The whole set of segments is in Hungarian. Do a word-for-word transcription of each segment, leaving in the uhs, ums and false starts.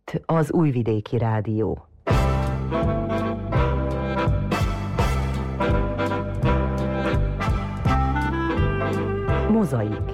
Itt az Újvidéki Rádió. Mozaik.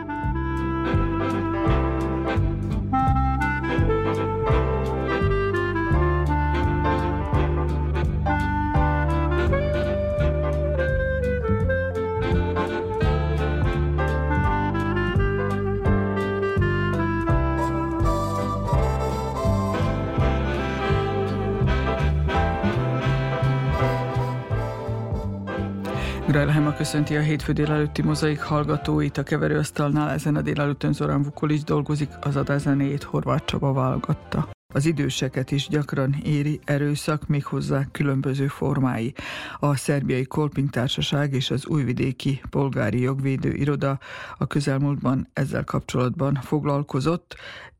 Grajlahema köszönti a hétfő délelőtti Mozaik hallgatóit. A keverőasztalnál ezen a délelőttön Zorán Vukolics dolgozik, az adászenéjét Horváth Csaba válogatta. Az időseket is gyakran éri erőszak, méghozzá különböző formái. A Szerbiai Kolping Társaság és az Újvidéki Polgári Jogvédő Iroda a közelmúltban ezzel kapcsolatban foglalkozott.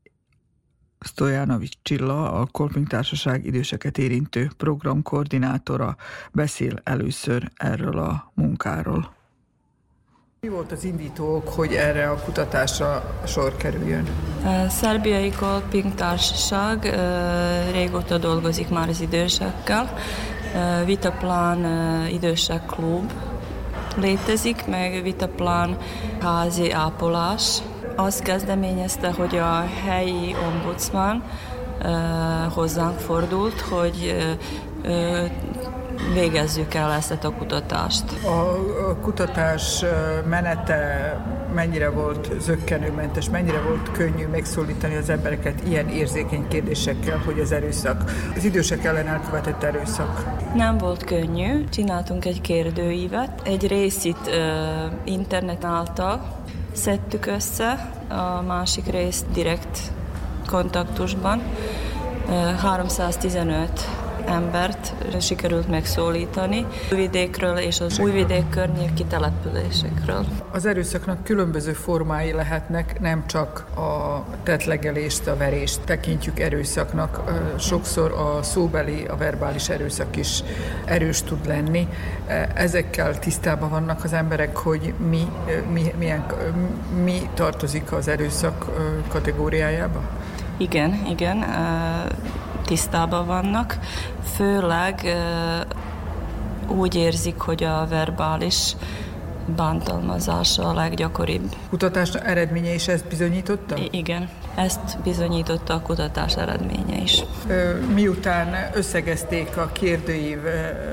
Stojanovics Csilla, a Kolping Társaság időseket érintő programkoordinátora beszél először erről a munkáról. Mi volt az indítók, hogy erre a kutatásra sor kerüljön? A Szerbiai Kolping Társaság régóta dolgozik már az idősekkel. Vitaplan idősek klub létezik, meg Vitaplan házi ápolás. Azt kezdeményezte, hogy a helyi ombudsman uh, hozzánk fordult, hogy uh, uh, végezzük el ezt a kutatást. A kutatás menete mennyire volt zökkenőmentes, mennyire volt könnyű megszólítani az embereket ilyen érzékeny kérdésekkel, hogy az erőszak, az idősek ellen elkövetett erőszak? Nem volt könnyű. Csináltunk egy kérdőívet. Egy részét uh, internet által szedtük össze, a másik részt direkt kontaktusban. háromszáztizenöt embert sikerült megszólítani Újvidékről és az Újvidék környéki településekről. Az erőszaknak különböző formái lehetnek, nem csak a tettlegelést, a verést tekintjük erőszaknak. Sokszor a szóbeli, a verbális erőszak is erős tud lenni. Ezekkel tisztában vannak az emberek, hogy mi, mi, milyen, mi tartozik az erőszak kategóriájába? Igen, igen. Tisztában vannak, főleg úgy érzik, hogy a verbális bántalmazása a leggyakoribb. Kutatás eredménye is ezt bizonyította? I- igen, ezt bizonyította a kutatás eredménye is. Miután összegezték a kérdőívre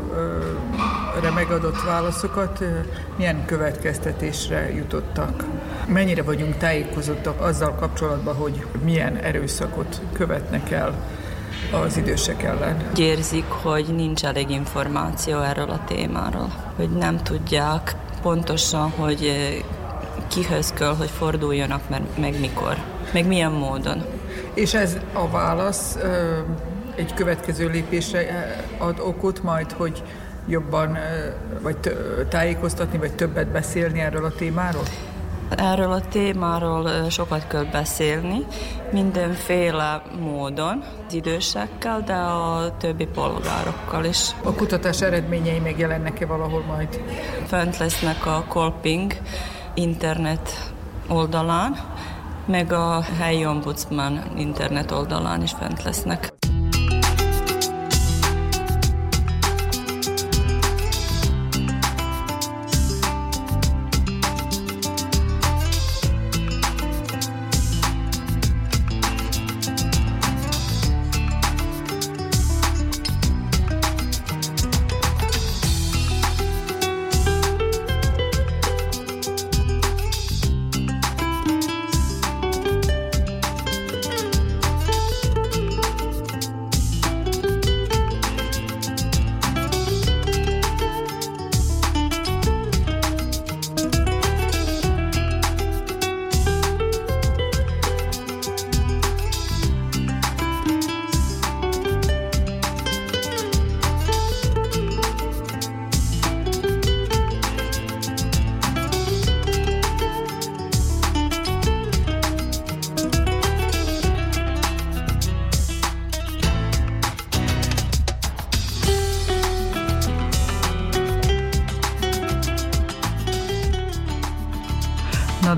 megadott válaszokat, milyen következtetésre jutottak? Mennyire vagyunk tájékozottak azzal kapcsolatban, hogy milyen erőszakot követnek el az idősek ellen? Érzik, hogy nincs elég információ erről a témáról, hogy nem tudják pontosan, hogy kihöz kell, hogy forduljanak, mert meg mikor, meg milyen módon. És ez a válasz egy következő lépésre ad okot majd, hogy jobban vagy tájékoztatni, vagy többet beszélni erről a témáról? Erről a témáról sokat kell beszélni, mindenféle módon, az idősekkel, de a többi polgárokkal is. A kutatás eredményei megjelennek-e valahol majd? Fönt lesznek a Kolping internet oldalán, meg a helyi ombudsman internet oldalán is fönt lesznek.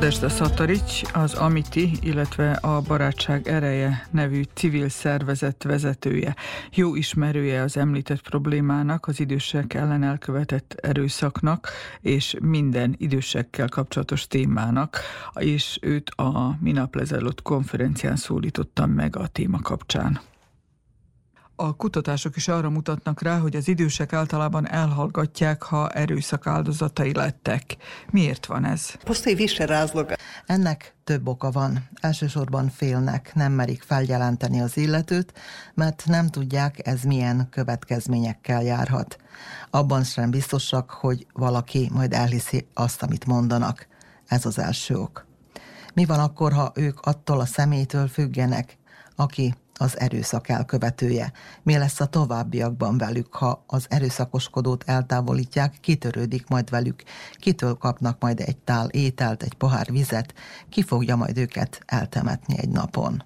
Nadezhda Szatarics, az Amiti, illetve a Barátság ereje nevű civil szervezet vezetője. Jó ismerője az említett problémának, az idősek ellen elkövetett erőszaknak és minden idősekkel kapcsolatos témának, és őt a minap lezajlott konferencián szólítottam meg a téma kapcsán. A kutatások is arra mutatnak rá, hogy az idősek általában elhallgatják, ha erőszak áldozatai lettek. Miért van ez? Ennek több oka van. Elsősorban félnek, nem merik feljelenteni az illetőt, mert nem tudják, ez milyen következményekkel járhat. Abban sem biztosak, hogy valaki majd elhiszi azt, amit mondanak. Ez az első ok. Mi van akkor, ha ők attól a személytől függenek, aki az erőszak elkövetője? Mi lesz a továbbiakban velük, ha az erőszakoskodót eltávolítják, kitörődik majd velük, kitől kapnak majd egy tál ételt, egy pohár vizet, ki fogja majd őket eltemetni egy napon?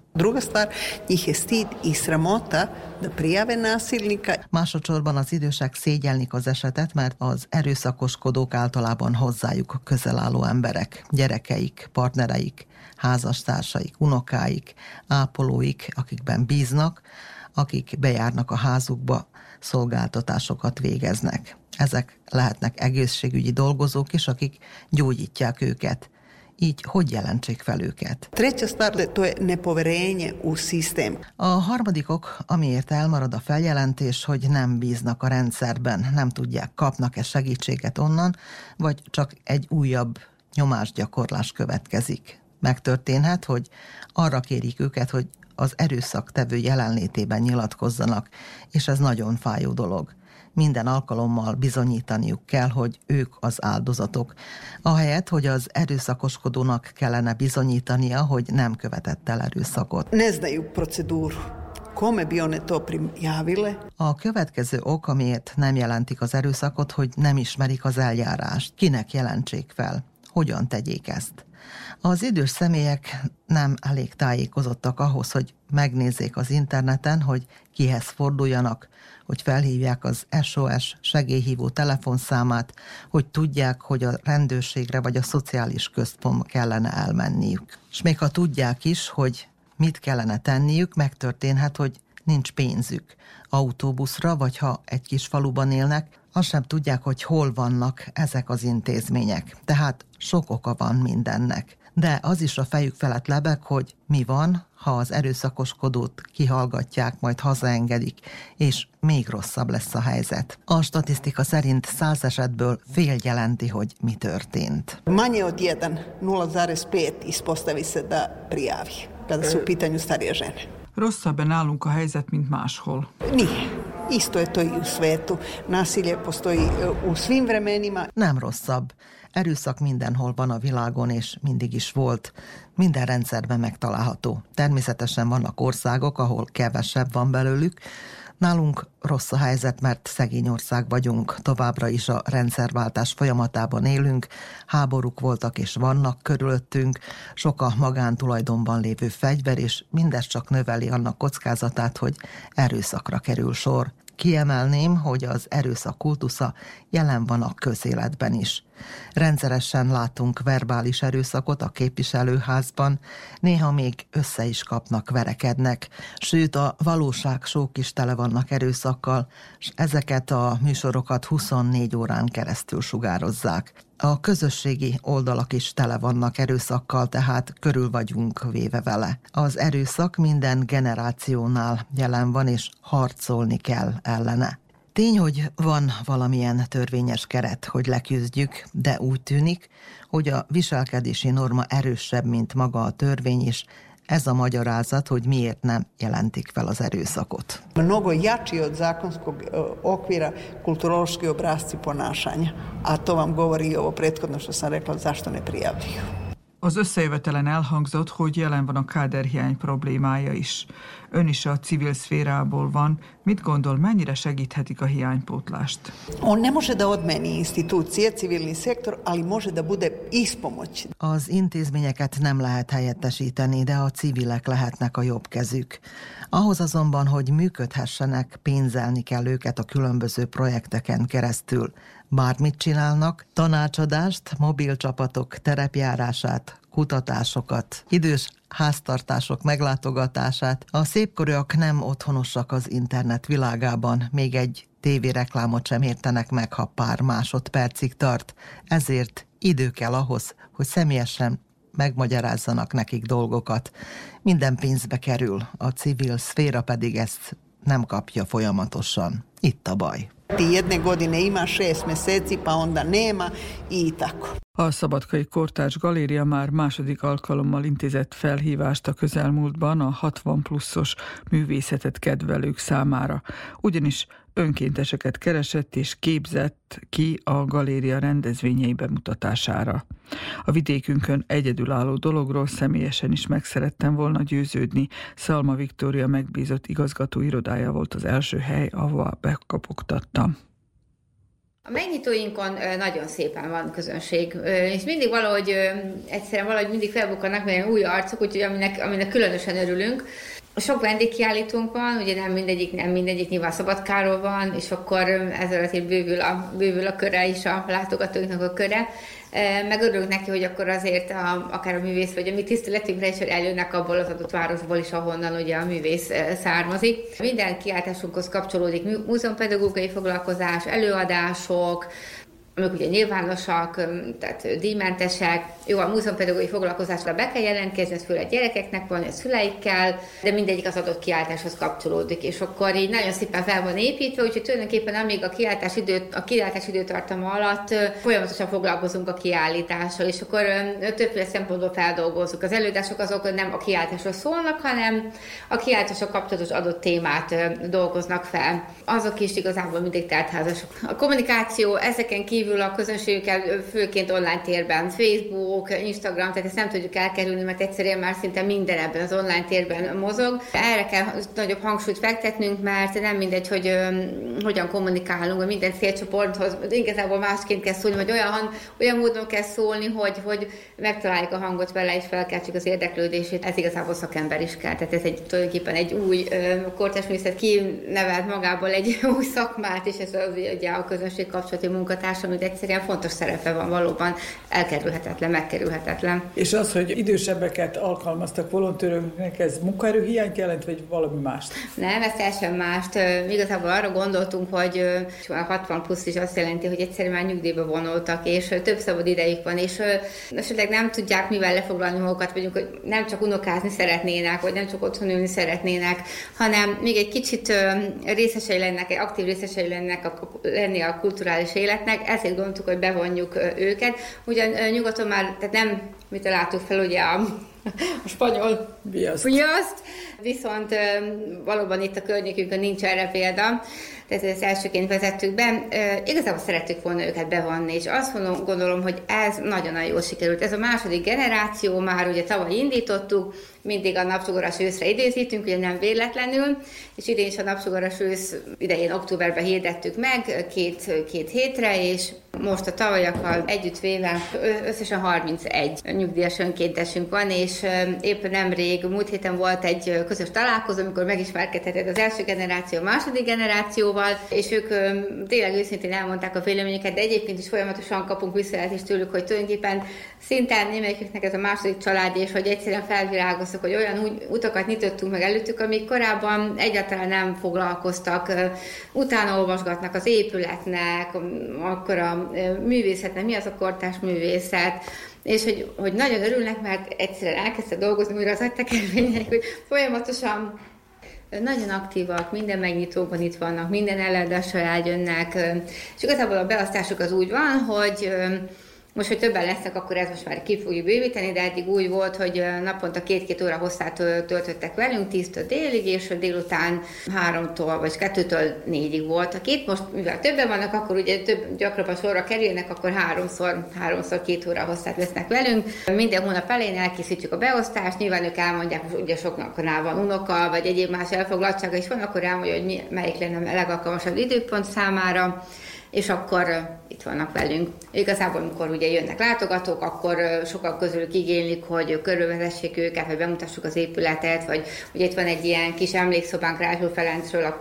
Másodszorban az idősek szégyellik az esetet, mert az erőszakoskodók általában hozzájuk közel álló emberek, gyerekeik, partnereik, házastársaik, unokáik, ápolóik, akikben bíznak, akik bejárnak a házukba, szolgáltatásokat végeznek. Ezek lehetnek egészségügyi dolgozók is, akik gyógyítják őket. Így hogy jelentsék fel őket? A harmadik ok, amiért elmarad a feljelentés, hogy nem bíznak a rendszerben, nem tudják, kapnak-e segítséget onnan, vagy csak egy újabb nyomásgyakorlás következik. Megtörténhet, hogy arra kérik őket, hogy az erőszaktevő jelenlétében nyilatkozzanak, és ez nagyon fájó dolog. Minden alkalommal bizonyítaniuk kell, hogy ők az áldozatok. Ahelyett, hogy az erőszakoskodónak kellene bizonyítania, hogy nem követett el erőszakot. A következő ok, amiért nem jelentik az erőszakot, hogy nem ismerik az eljárást. Kinek jelentsék fel? Hogyan tegyék ezt? Az idős személyek nem elég tájékozottak ahhoz, hogy megnézzék az interneten, hogy kihez forduljanak, hogy felhívják az es o es segélyhívó telefonszámát, hogy tudják, hogy a rendőrségre vagy a szociális központba kellene elmenniük. És még ha tudják is, hogy mit kellene tenniük, megtörténhet, hogy nincs pénzük autóbuszra, vagy ha egy kis faluban élnek, azt sem tudják, hogy hol vannak ezek az intézmények. Tehát sok oka van mindennek. De az is a fejük felett lebeg, hogy mi van, ha az erőszakoskodót kihallgatják, majd hazaengedik, és még rosszabb lesz a helyzet. A statisztika szerint száz esetből fél jelenti, hogy mi történt. Manje od jedan, nula zarez pet ispostavi se da prijavi, kada su u pitanju starije žene. Rosszabb nálunk a helyzet, mint máshol. Nije. Isto je to i u svetu. Nasilje postoji u svim vremenima. Nem rosszabb. Erőszak mindenhol van a világon, és mindig is volt. Minden rendszerben megtalálható. Természetesen vannak országok, ahol kevesebb van belőlük. Nálunk rossz a helyzet, mert szegény ország vagyunk, továbbra is a rendszerváltás folyamatában élünk, háborúk voltak és vannak körülöttünk, sok a magántulajdonban lévő fegyver, és mindez csak növeli annak kockázatát, hogy erőszakra kerül sor. Kiemelném, hogy az erőszak kultusza jelen van a közéletben is. Rendszeresen látunk verbális erőszakot a képviselőházban, néha még össze is kapnak, verekednek, sőt a valóságsók is tele vannak erőszakkal, és ezeket a műsorokat huszonnégy órán keresztül sugározzák. A közösségi oldalak is tele vannak erőszakkal, tehát körül vagyunk véve vele. Az erőszak minden generációnál jelen van, és harcolni kell ellene. Tény, hogy van valamilyen törvényes keret, hogy leküzdjük, de úgy tűnik, hogy a viselkedési norma erősebb, mint maga a törvény is. Ez a magyarázat, hogy miért nem jelentik fel az erőszakot. Mnogo jači od zakonskog okvira kulturološki obrasci ponašanja. A to vam govori i ovo prethodno što sam rekla, zašto ne prijavljuju. Az összejövetelen elhangzott, hogy jelen van a káderhiány problémája is. Ön is a civil szférából van. Mit gondol, mennyire segíthetik a hiánypótlást? On ne može da odmeni institucije, civilni sektor, ali može da bude ispomoć. Az intézményeket nem lehet helyettesíteni, de a civilek lehetnek a jobb kezük. Ahhoz azonban, hogy működhessenek, pénzelni kell őket a különböző projekteken keresztül. bármit csinálnak, tanácsadást, mobil csapatok terepjárását, kutatásokat, idős háztartások meglátogatását. A szépkorúak nem otthonosak az internet világában, még egy tévéreklámot sem értenek meg, ha pár másodpercig tart. Ezért idő kell ahhoz, hogy személyesen megmagyarázzanak nekik dolgokat. Minden pénzbe kerül, a civil szféra pedig ezt nem kapja folyamatosan. Itt a baj. Ti jedne godine ima šest mjeseci, pa onda nema i tako. A Szabadkai Kortárs Galéria már második alkalommal intézett felhívást a közelmúltban a hatvan pluszos művészetet kedvelők számára. Ugyanis önkénteseket keresett és képzett ki a galéria rendezvényei bemutatására. A vidékünkön egyedülálló dologról személyesen is meg szerettem volna győződni. Szalma Viktória megbízott igazgató irodája volt az első hely, ahova bekapogtattam. A megnyitóinkon nagyon szépen van közönség, és mindig valahogy, egyszerűen valahogy mindig felbukkannak olyan új arcok, úgyhogy aminek, aminek különösen örülünk. Sok vendégkiállítónk van, ugye nem mindegyik, nem mindegyik nyilván Szabadkáról van, és akkor ez alatt bővül a, bővül a köre is, a látogatóinknak a köre. Meg örülünk neki, hogy akkor azért a, akár a művész, vagy a mi tiszteletünkre is, hogy eljönnek abból az adott városból is, ahonnan ugye a művész származik. Minden kiáltásunkhoz kapcsolódik múzeumpedagógiai foglalkozás, előadások, amik ugye nyilvánosak, tehát díjmentesek. Jó, a múzeumpedagógiai foglalkozásra be kell jelentkezni, ez főleg gyerekeknek van, ez szüleikkel, de mindegyik az adott kiáltáshoz kapcsolódik, és akkor így nagyon szépen fel van építve, úgyhogy tulajdonképpen amíg a kiáltás, időt, a kiáltás időtartama alatt folyamatosan foglalkozunk a kiállítással, és akkor többféle szempontból feldolgozzuk. Az előadások azok nem a kiáltásról szólnak, hanem a kiáltásra kapcsolatos adott témát dolgoznak fel. Azok is igazából mindig teltházasok. A kommunikáció ezeken kívül a közönségükkel főként online térben, Facebook, Instagram, tehát ezt nem tudjuk elkerülni, mert egyszerűen már szinte minden ebben az online térben mozog. Erre kell nagyobb hangsúlyt fektetnünk, mert nem mindegy, hogy ö, hogyan kommunikálunk, vagy minden célcsoporthoz igazából másként kell szólni, vagy olyan, olyan módon kell szólni, hogy, hogy megtaláljuk a hangot vele, és felkeltsük az érdeklődését. Ez igazából szakember is kell, tehát ez egy, tulajdonképpen egy új kortárs művészet kinevelt magából egy új szakmát, és ez az, ugye a közönség kapcsolati munkatárs, amit egyszerűen fontos szerepe van, valóban elkerülhetetlen, megkerülhetetlen. És az, hogy idősebbeket alkalmaztak volontőröknek, ez munkaerőhiányt jelent, vagy valami mást? Nem, ez teljesen mást. Igazából arra gondoltunk, hogy a hatvan plusz is azt jelenti, hogy egyszerűen már nyugdíjba vonultak, és több szabad idejük van, és esetleg nem tudják mivel lefoglalni magukat, vagyunk, hogy nem csak unokázni szeretnének, vagy nem csak otthon ülni szeretnének, hanem még egy kicsit részesei lennek, aktív részesei lennek a, lenni a kulturális életnek, ezért gondoltuk, hogy bevonjuk őket. Ugyan nyugaton már, tehát nem, mit láttuk fel ugye a, a spanyol viaszt. viaszt, viszont valóban itt a környékünkön nincs erre példa, tehát ezt elsőként vezettük be. Igazából szerettük volna őket bevonni, és azt gondolom, hogy ez nagyon-nagyon jól sikerült. Ez a második generáció, már ugye tavaly indítottuk, mindig a napsugaras őszre idézítünk, ugye nem véletlenül, és idén is a napsugaras ősz idején októberben hirdettük meg két, két hétre, és most a tavalyakkal együttvéve összesen harmincegy nyugdíjas önkéntesünk van, és épp nemrég, múlt héten volt egy közös találkozó, amikor megismerkedhetett az első generáció a második generációval, és ők tényleg őszintén elmondták a véleményüket, de egyébként is folyamatosan kapunk visszajelzést tőlük, hogy tulajdonképpen szinte némelyiküknek ez a második család, és hogy egyszerűen felvirágoztak, hogy olyan úgy utakat nyitottunk meg előttük, amik korábban egyáltalán nem foglalkoztak, utána olvasgatnak az épületnek, akkor a művészetnek, mi az a kortárs művészet, és hogy, hogy nagyon örülnek, mert egyszerűen elkezdte dolgozni újra az agytekervények, hogy folyamatosan nagyon aktívak, minden megnyitóban itt vannak, minden előadással eljönnek, és igazából a beosztásuk az úgy van, hogy most, hogy többen lesznek, akkor ez most már ki fogjuk bővíteni, de eddig úgy volt, hogy naponta két-két óra hosszát töltöttek velünk, tíztől délig, és délután háromtól vagy kettőtől négyig voltak itt. Most, mivel többen vannak, akkor ugye több gyakrabban sorra kerülnek, akkor háromszor, háromszor két óra hosszát lesznek velünk. Minden hónap elején elkészítjük a beosztást, nyilván ők elmondják, hogy ugye soknál van unoka, vagy egyéb más elfoglaltsága is van, akkor elmondja, hogy mi, melyik lenne a legalkalmasabb időpont számára, és akkor itt vannak velünk. Igazából, amikor ugye jönnek látogatók, akkor sokan közülük igénylik, hogy körülvezessék őket, vagy bemutassuk az épületet, vagy ugye itt van egy ilyen kis emlékszobánk Rázsó Ferencről, akkor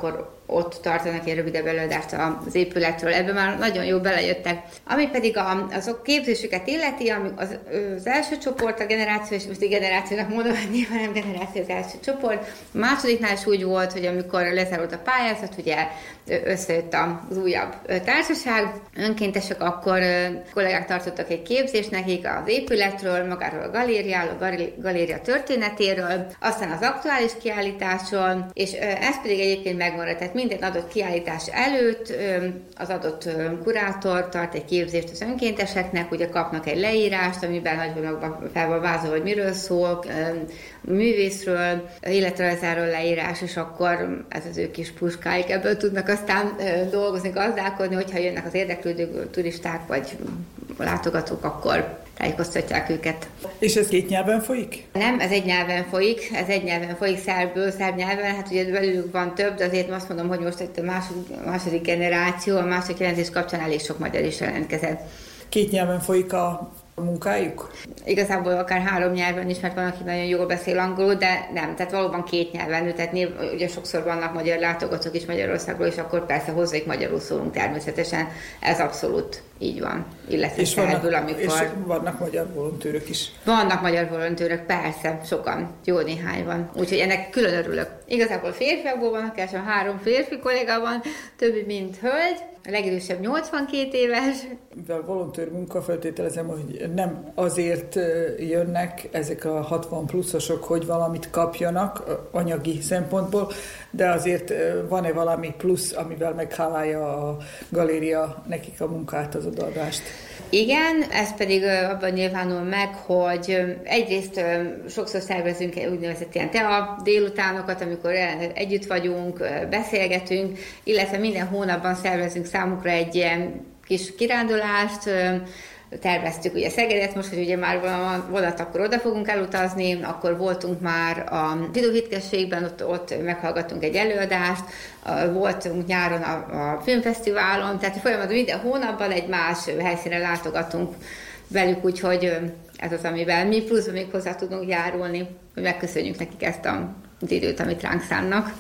ott tartanak egy rövidebb előadást az épületről. Ebben már nagyon jó belejöttek. Ami pedig a, azok képzésüket illeti, ami az, az első csoport, a generáció, és most a generációnak mondom, hogy nyilván nem generáció az első csoport. A másodiknál is úgy volt, hogy amikor lezárult a pályázat, ugye összejött az újabb társaság, önkéntesek, akkor kollégák tartottak egy képzést nekik az épületről, magáról a galériáról, a galéria történetéről, aztán az aktuális kiállításról, és ez pedig egyébként megmaradt. Tehát minden adott kiállítás előtt az adott kurátor tart egy képzést az önkénteseknek, ugye kapnak egy leírást, amiben nagyban fel van vázolva, hogy miről szól, művészről, életrajzáról leírás, és akkor ez az ő kis puskáik, ebből tudnak aztán dolgozni, gazdálkodni, hogyha jönnek az érdeklődő turisták vagy látogatók, akkor tájékoztatják őket. És ez két nyelven folyik? Nem, ez egy nyelven folyik, ez egy nyelven folyik, szerből, szerb nyelven, hát ugye belőlük van több, de azért azt mondom, hogy most itt a második, második generáció, a második jelentés kapcsán elég sok magyar is jelentkezett. Két nyelven folyik a munkájuk? Igazából akár három nyelven is, mert van, aki nagyon jól beszél angolul, de nem, tehát valóban két nyelven, tehát név, ugye sokszor vannak magyar látogatók is Magyarországról, és akkor persze hozzájuk magyarul szólunk természetesen, ez abszolút így van, illetve és vannak, szerbül, amikor... És vannak magyar volontőrök is? Vannak magyar volontőrök, persze, sokan, jó néhány van, úgyhogy ennek külön örülök. Igazából férfiakból vannak, és a három férfi kolléga van, többi mint hölgy, a legidősebb nyolcvankét éves. A volontőr munka, feltételezem, hogy nem azért jönnek ezek a hatvan pluszosok, hogy valamit kapjanak anyagi szempontból, de azért van-e valami plusz, amivel meghálálja a galéria nekik a munkát, az odaadást? Igen, ez pedig abban nyilvánul meg, hogy egyrészt sokszor szervezünk úgynevezett ilyen tea délutánokat, amikor együtt vagyunk, beszélgetünk, illetve minden hónapban szervezünk számukra egy ilyen kis kirándulást, terveztük ugye Szegedet, most, hogy ugye már van vonat, akkor oda fogunk elutazni, akkor voltunk már a Zsidó-hitkességben, ott, ott meghallgattunk egy előadást, voltunk nyáron a, a filmfesztiválon, tehát folyamatosan minden hónapban egy más helyszínre látogatunk velük, úgyhogy ez az, amivel mi pluszban még hozzá tudunk járulni, hogy megköszönjük nekik ezt az időt, amit ránk szánnak.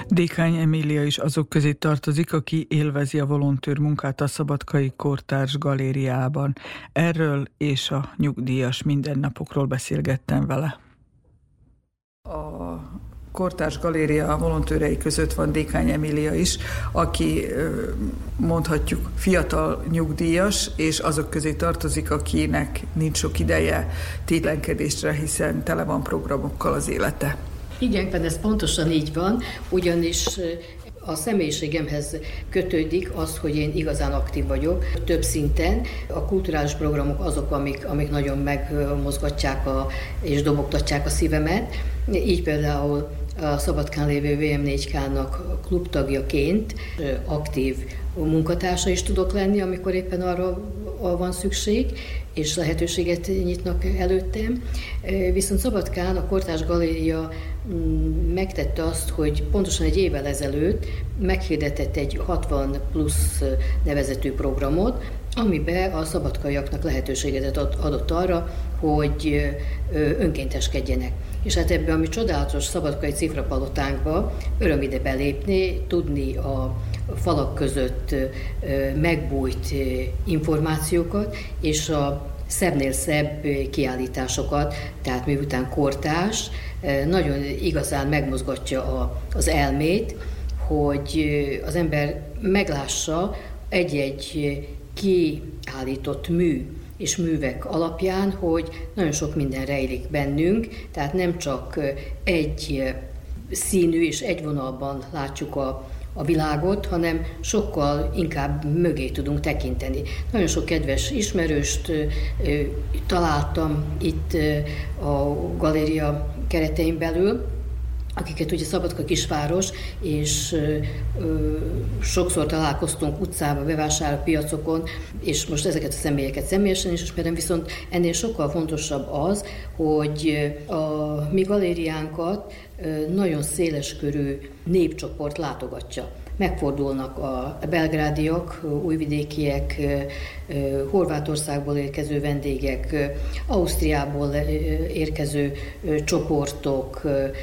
Dékány Emília is azok közé tartozik, aki élvezi a volontőr munkát a Szabadkai Kortárs Galériában. Erről és a nyugdíjas mindennapokról beszélgettem vele. A Kortárs Galéria volontőrei között van Dékány Emília is, aki mondhatjuk fiatal nyugdíjas, és azok közé tartozik, akinek nincs sok ideje tétlenkedésre, hiszen tele van programokkal az élete. Igen, ez pontosan így van, ugyanis a személyiségemhez kötődik az, hogy én igazán aktív vagyok. Több szinten a kulturális programok azok, amik, amik nagyon megmozgatják a, és dobogtatják a szívemet. Így például a Szabadkán lévő vé em négy ká-nak klubtagjaként aktív munkatársa is tudok lenni, amikor éppen arra van szükség, és lehetőséget nyitnak előttem. Viszont Szabadkán a Kortárs Galéria megtette azt, hogy pontosan egy évvel ezelőtt meghirdetett egy hatvan plusz nevezetű programot, amiben a szabadkaiaknak lehetőséget adott arra, hogy önkénteskedjenek. És hát ebben a mi csodálatos szabadkai cifrapalotánkba öröm ide belépni, tudni a falak között megbújt információkat, és a szebbnél szebb kiállításokat, tehát miután kortárs, nagyon igazán megmozgatja a, az elmét, hogy az ember meglássa egy-egy kiállított mű és művek alapján, hogy nagyon sok minden rejlik bennünk, tehát nem csak egy színű és egy vonalban látjuk a a világot, hanem sokkal inkább mögé tudunk tekinteni. Nagyon sok kedves ismerőst találtam itt a galéria keretein belül, akiket ugye Szabadka kisváros, és ö, ö, sokszor találkoztunk utcában, bevásárlópiacokon, és most ezeket a személyeket személyesen is ismerem, viszont ennél sokkal fontosabb az, hogy a mi galériánkat ö, nagyon széleskörű népcsoport látogatja. Megfordulnak a belgrádiak, újvidékiek, Horvátországból érkező vendégek, Ausztriából érkező csoportok,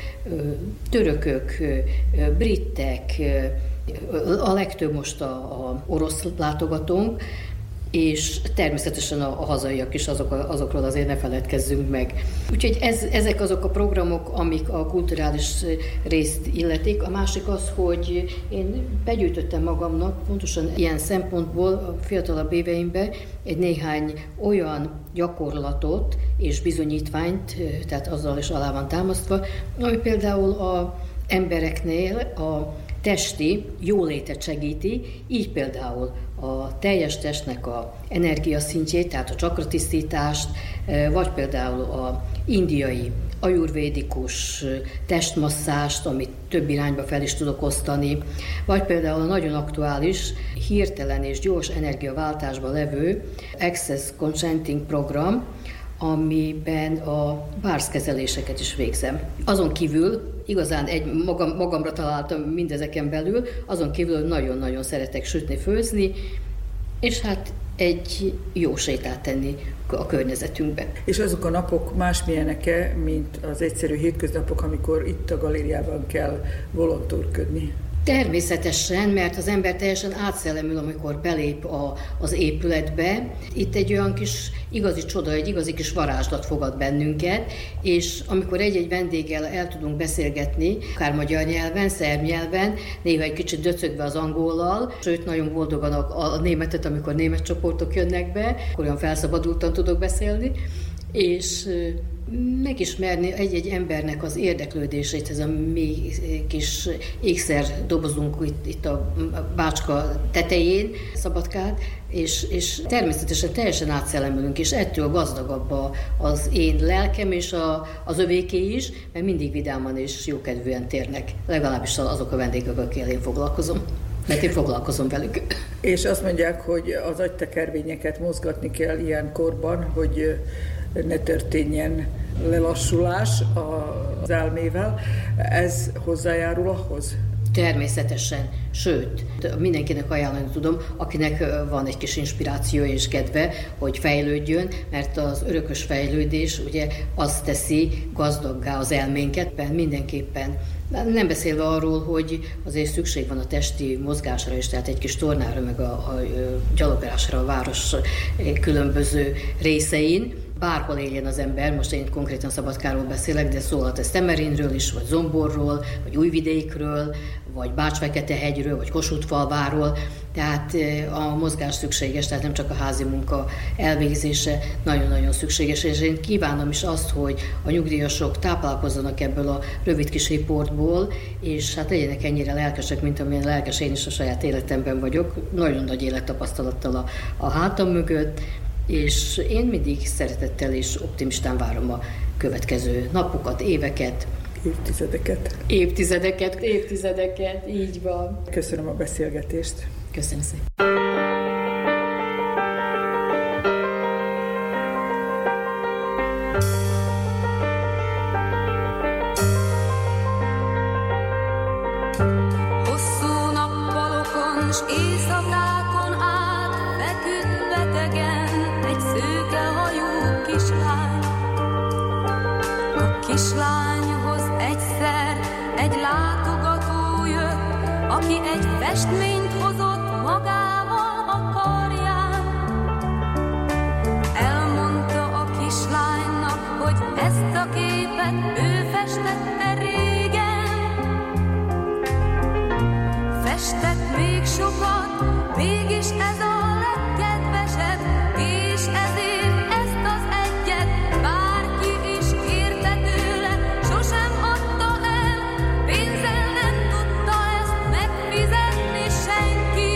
törökök, britek, a legtöbb most a, a orosz látogatónk, és természetesen a, a hazaiak is, azok, azokról azért ne feledkezzünk meg. Úgyhogy ez, ezek azok a programok, amik a kulturális részt illetik. A másik az, hogy én begyűjtöttem magamnak pontosan ilyen szempontból a fiatalabb éveimben egy néhány olyan gyakorlatot és bizonyítványt, tehát azzal is alá van támasztva, ami például az embereknél a testi jólétet segíti, így például a teljes testnek a energiaszintjét, tehát a csakratisztítást, vagy például a indiai, ajurvédikus testmasszást, amit több irányba fel is tudok osztani, vagy például a nagyon aktuális, hirtelen és gyors energiaváltásban levő Access Consenting program, amiben a bárszkezeléseket is végzem. Azon kívül, igazán egy, magam, magamra találtam mindezeken belül, azon kívül nagyon-nagyon szeretek sütni, főzni, és hát egy jó sétát tenni a környezetünkben. És azok a napok másmilyenek-e, mint az egyszerű hétköznapok, amikor itt a galériában kell volontőrködni? Természetesen, mert az ember teljesen átszellemül, amikor belép a, az épületbe. Itt egy olyan kis igazi csoda, egy igazi kis varázslat fogad bennünket, és amikor egy-egy vendéggel el tudunk beszélgetni, akár magyar nyelven, szerb nyelven, néha egy kicsit döcögve az angollal, sőt, nagyon boldogan a, a németet, amikor német csoportok jönnek be, akkor olyan felszabadultan tudok beszélni, és megismerni egy-egy embernek az érdeklődését, ez a mi kis ékszerdobozunk itt, itt a bácska tetején, Szabadkán, és, és természetesen teljesen átszellemülünk, és ettől gazdagabb a, az én lelkem és a, az övéké is, mert mindig vidáman és jókedvűen térnek, legalábbis azok a vendégek, akikkel én foglalkozom. Mert én foglalkozom velük. És azt mondják, hogy az agytekervényeket mozgatni kell ilyen korban, hogy ne történjen lelassulás az elmével. Ez hozzájárul ahhoz? Természetesen, sőt, mindenkinek ajánlani tudom, akinek van egy kis inspiráció és kedve, hogy fejlődjön, mert az örökös fejlődés ugye azt teszi gazdaggá az elménket, mindenképpen. Nem beszélve arról, hogy azért szükség van a testi mozgásra is, tehát egy kis tornára, meg a, a gyalogolásra a város különböző részein. Bárhol éljen az ember, most én konkrétan Szabadkáról beszélek, de szólhat ez Temerinről is, vagy Zomborról, vagy Újvidékről, vagy Bács-Feketehegyről, vagy Kossuth-Falváról. Tehát a mozgás szükséges, tehát nem csak a házi munka elvégzése nagyon-nagyon szükséges. És én kívánom is azt, hogy a nyugdíjasok táplálkozzanak ebből a rövid kis riportból, és hát legyenek ennyire lelkesek, mint amilyen lelkes én is a saját életemben vagyok. Nagyon nagy élettapasztalattal a, a hátam mögött, és én mindig szeretettel és optimistán várom a következő napokat, éveket. Évtizedeket. Évtizedeket, évtizedeket, így van. Köszönöm a beszélgetést. Köszönöm szépen. Hosszú nappalokon s éjszakákon át feküdt betegen egy szőke hajú kislány. A kislányhoz egyszer egy látogató jött, aki egy festményt hozott magával a karján. Elmondta a kislánynak, hogy ezt a képet ő festette régen. Festett még sokat, mégis ez a legkedvesebb, és ezért ezt az egyet bárki is kérte tőle, sosem adta el, pénzzel nem tudta ezt megfizetni senki.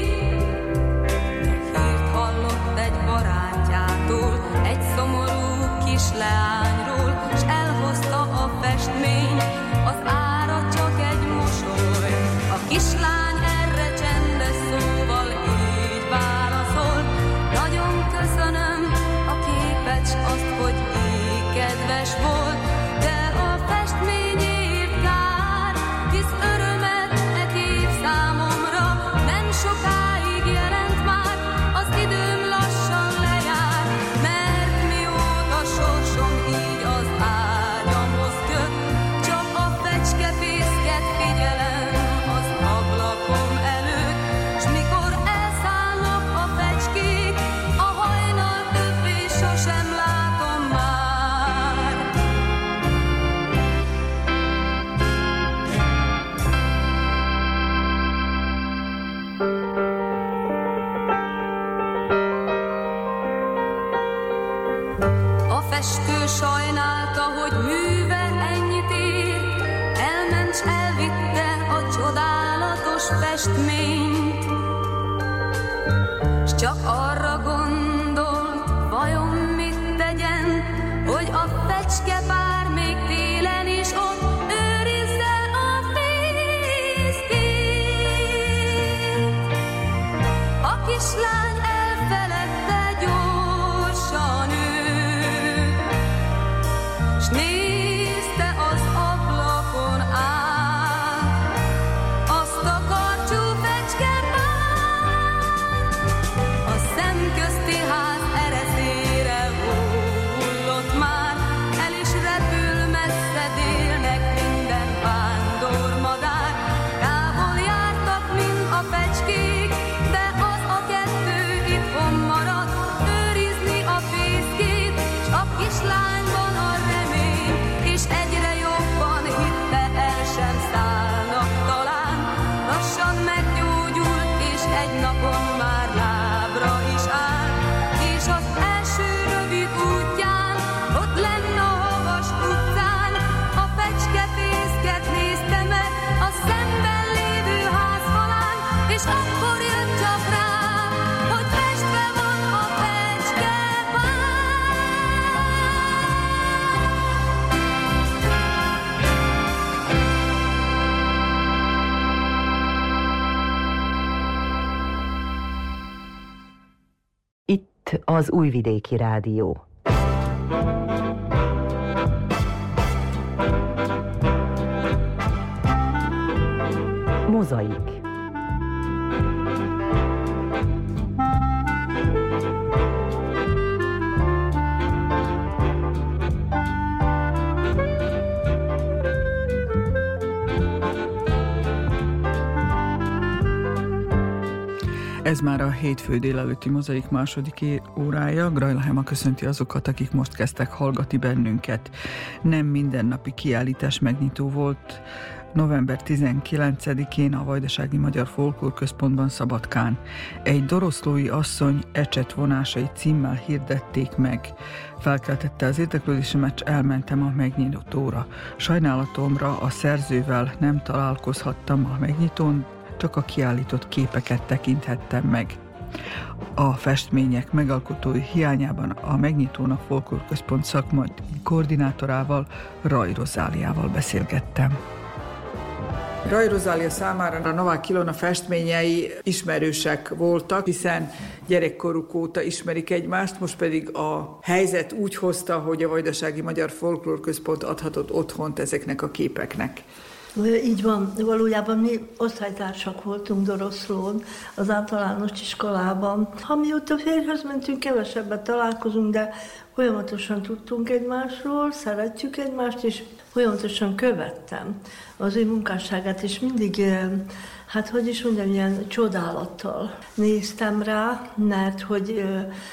De hírt hallott egy barátjától, egy szomorú kis leányról, s elhozta a festményt, az ára csak egy mosoly. A kislány erre csendes szóval így válaszolt: nagyon köszönöm a képet, s azt, hogy így kedves volt, de a festményért kár, hisz örömet e kép számomra nem sokáig jelent már, az időm lassan lejár, mert mióta sorsom így az ágyamhoz köt, csak a fecskefészket figyelem az ablakom előtt, s mikor elszállnak a fecskék, a hajnal többé sosem látom már. A festő sajnálta, hogy műve ennyit ér, elment s elvitte a csodálatos festményt. S csak arra gondolt, vajon mit tegyen, hogy a fecskepár még télen is ott őrizze a fészkét. A kislány elfeledte gyorsan őt, s nézte az ablakon át azt a karcsú fecskepárt. A szemközti ház ereszére hullott már, el is repül messze délnek minden vándormadár. Távol jártak mind a fecskék, de az a kettő itthon maradt, őrizni a fészkét, s a kislányban a remény, és egyre jobban hitte, el sem szállnak talán. Lassan meggyógyult, és egy napon már lábra is áll, és az első rövid útján, ott lenn a havas utcán, a fecskefészket nézte meg a szemben lévő ház falán, és akkor jött csak rá, hogy festve van a fecskepár. Itt az Újvidéki Rádió. Mozaik. Ez már a hétfő délelőtti Mozaik második órája. Grajla Hema köszönti azokat, akik most kezdtek hallgatni bennünket. Nem mindennapi kiállítás megnyitó volt november tizenkilencedikén a Vajdasági Magyar Folklórközpontban Szabadkán. Egy doroszlói asszony ecsetvonásai címmel hirdették meg. Felkeltette az érdeklődésemet, elmentem a megnyitóra. Sajnálatomra a szerzővel nem találkozhattam a megnyitón, csak a kiállított képeket tekinthettem meg. A festmények megalkotói hiányában a megnyitón a Folklórközpont szakmai koordinátorával, Ray Rozáliával beszélgettem. Ray Rozália számára a Novák Ilona festményei ismerősek voltak, hiszen gyerekkoruk óta ismerik egymást, most pedig a helyzet úgy hozta, hogy a Vajdasági Magyar Folklórközpont adhatott otthont ezeknek a képeknek. Így van, valójában mi osztálytársak voltunk Doroszlón, az általános iskolában. Ha mióta férjhez mentünk, kevesebbet találkozunk, de folyamatosan tudtunk egymásról, szeretjük egymást, és folyamatosan követtem az ő munkásságát, és mindig, hát hogy is mondjam, ilyen csodálattal néztem rá, mert hogy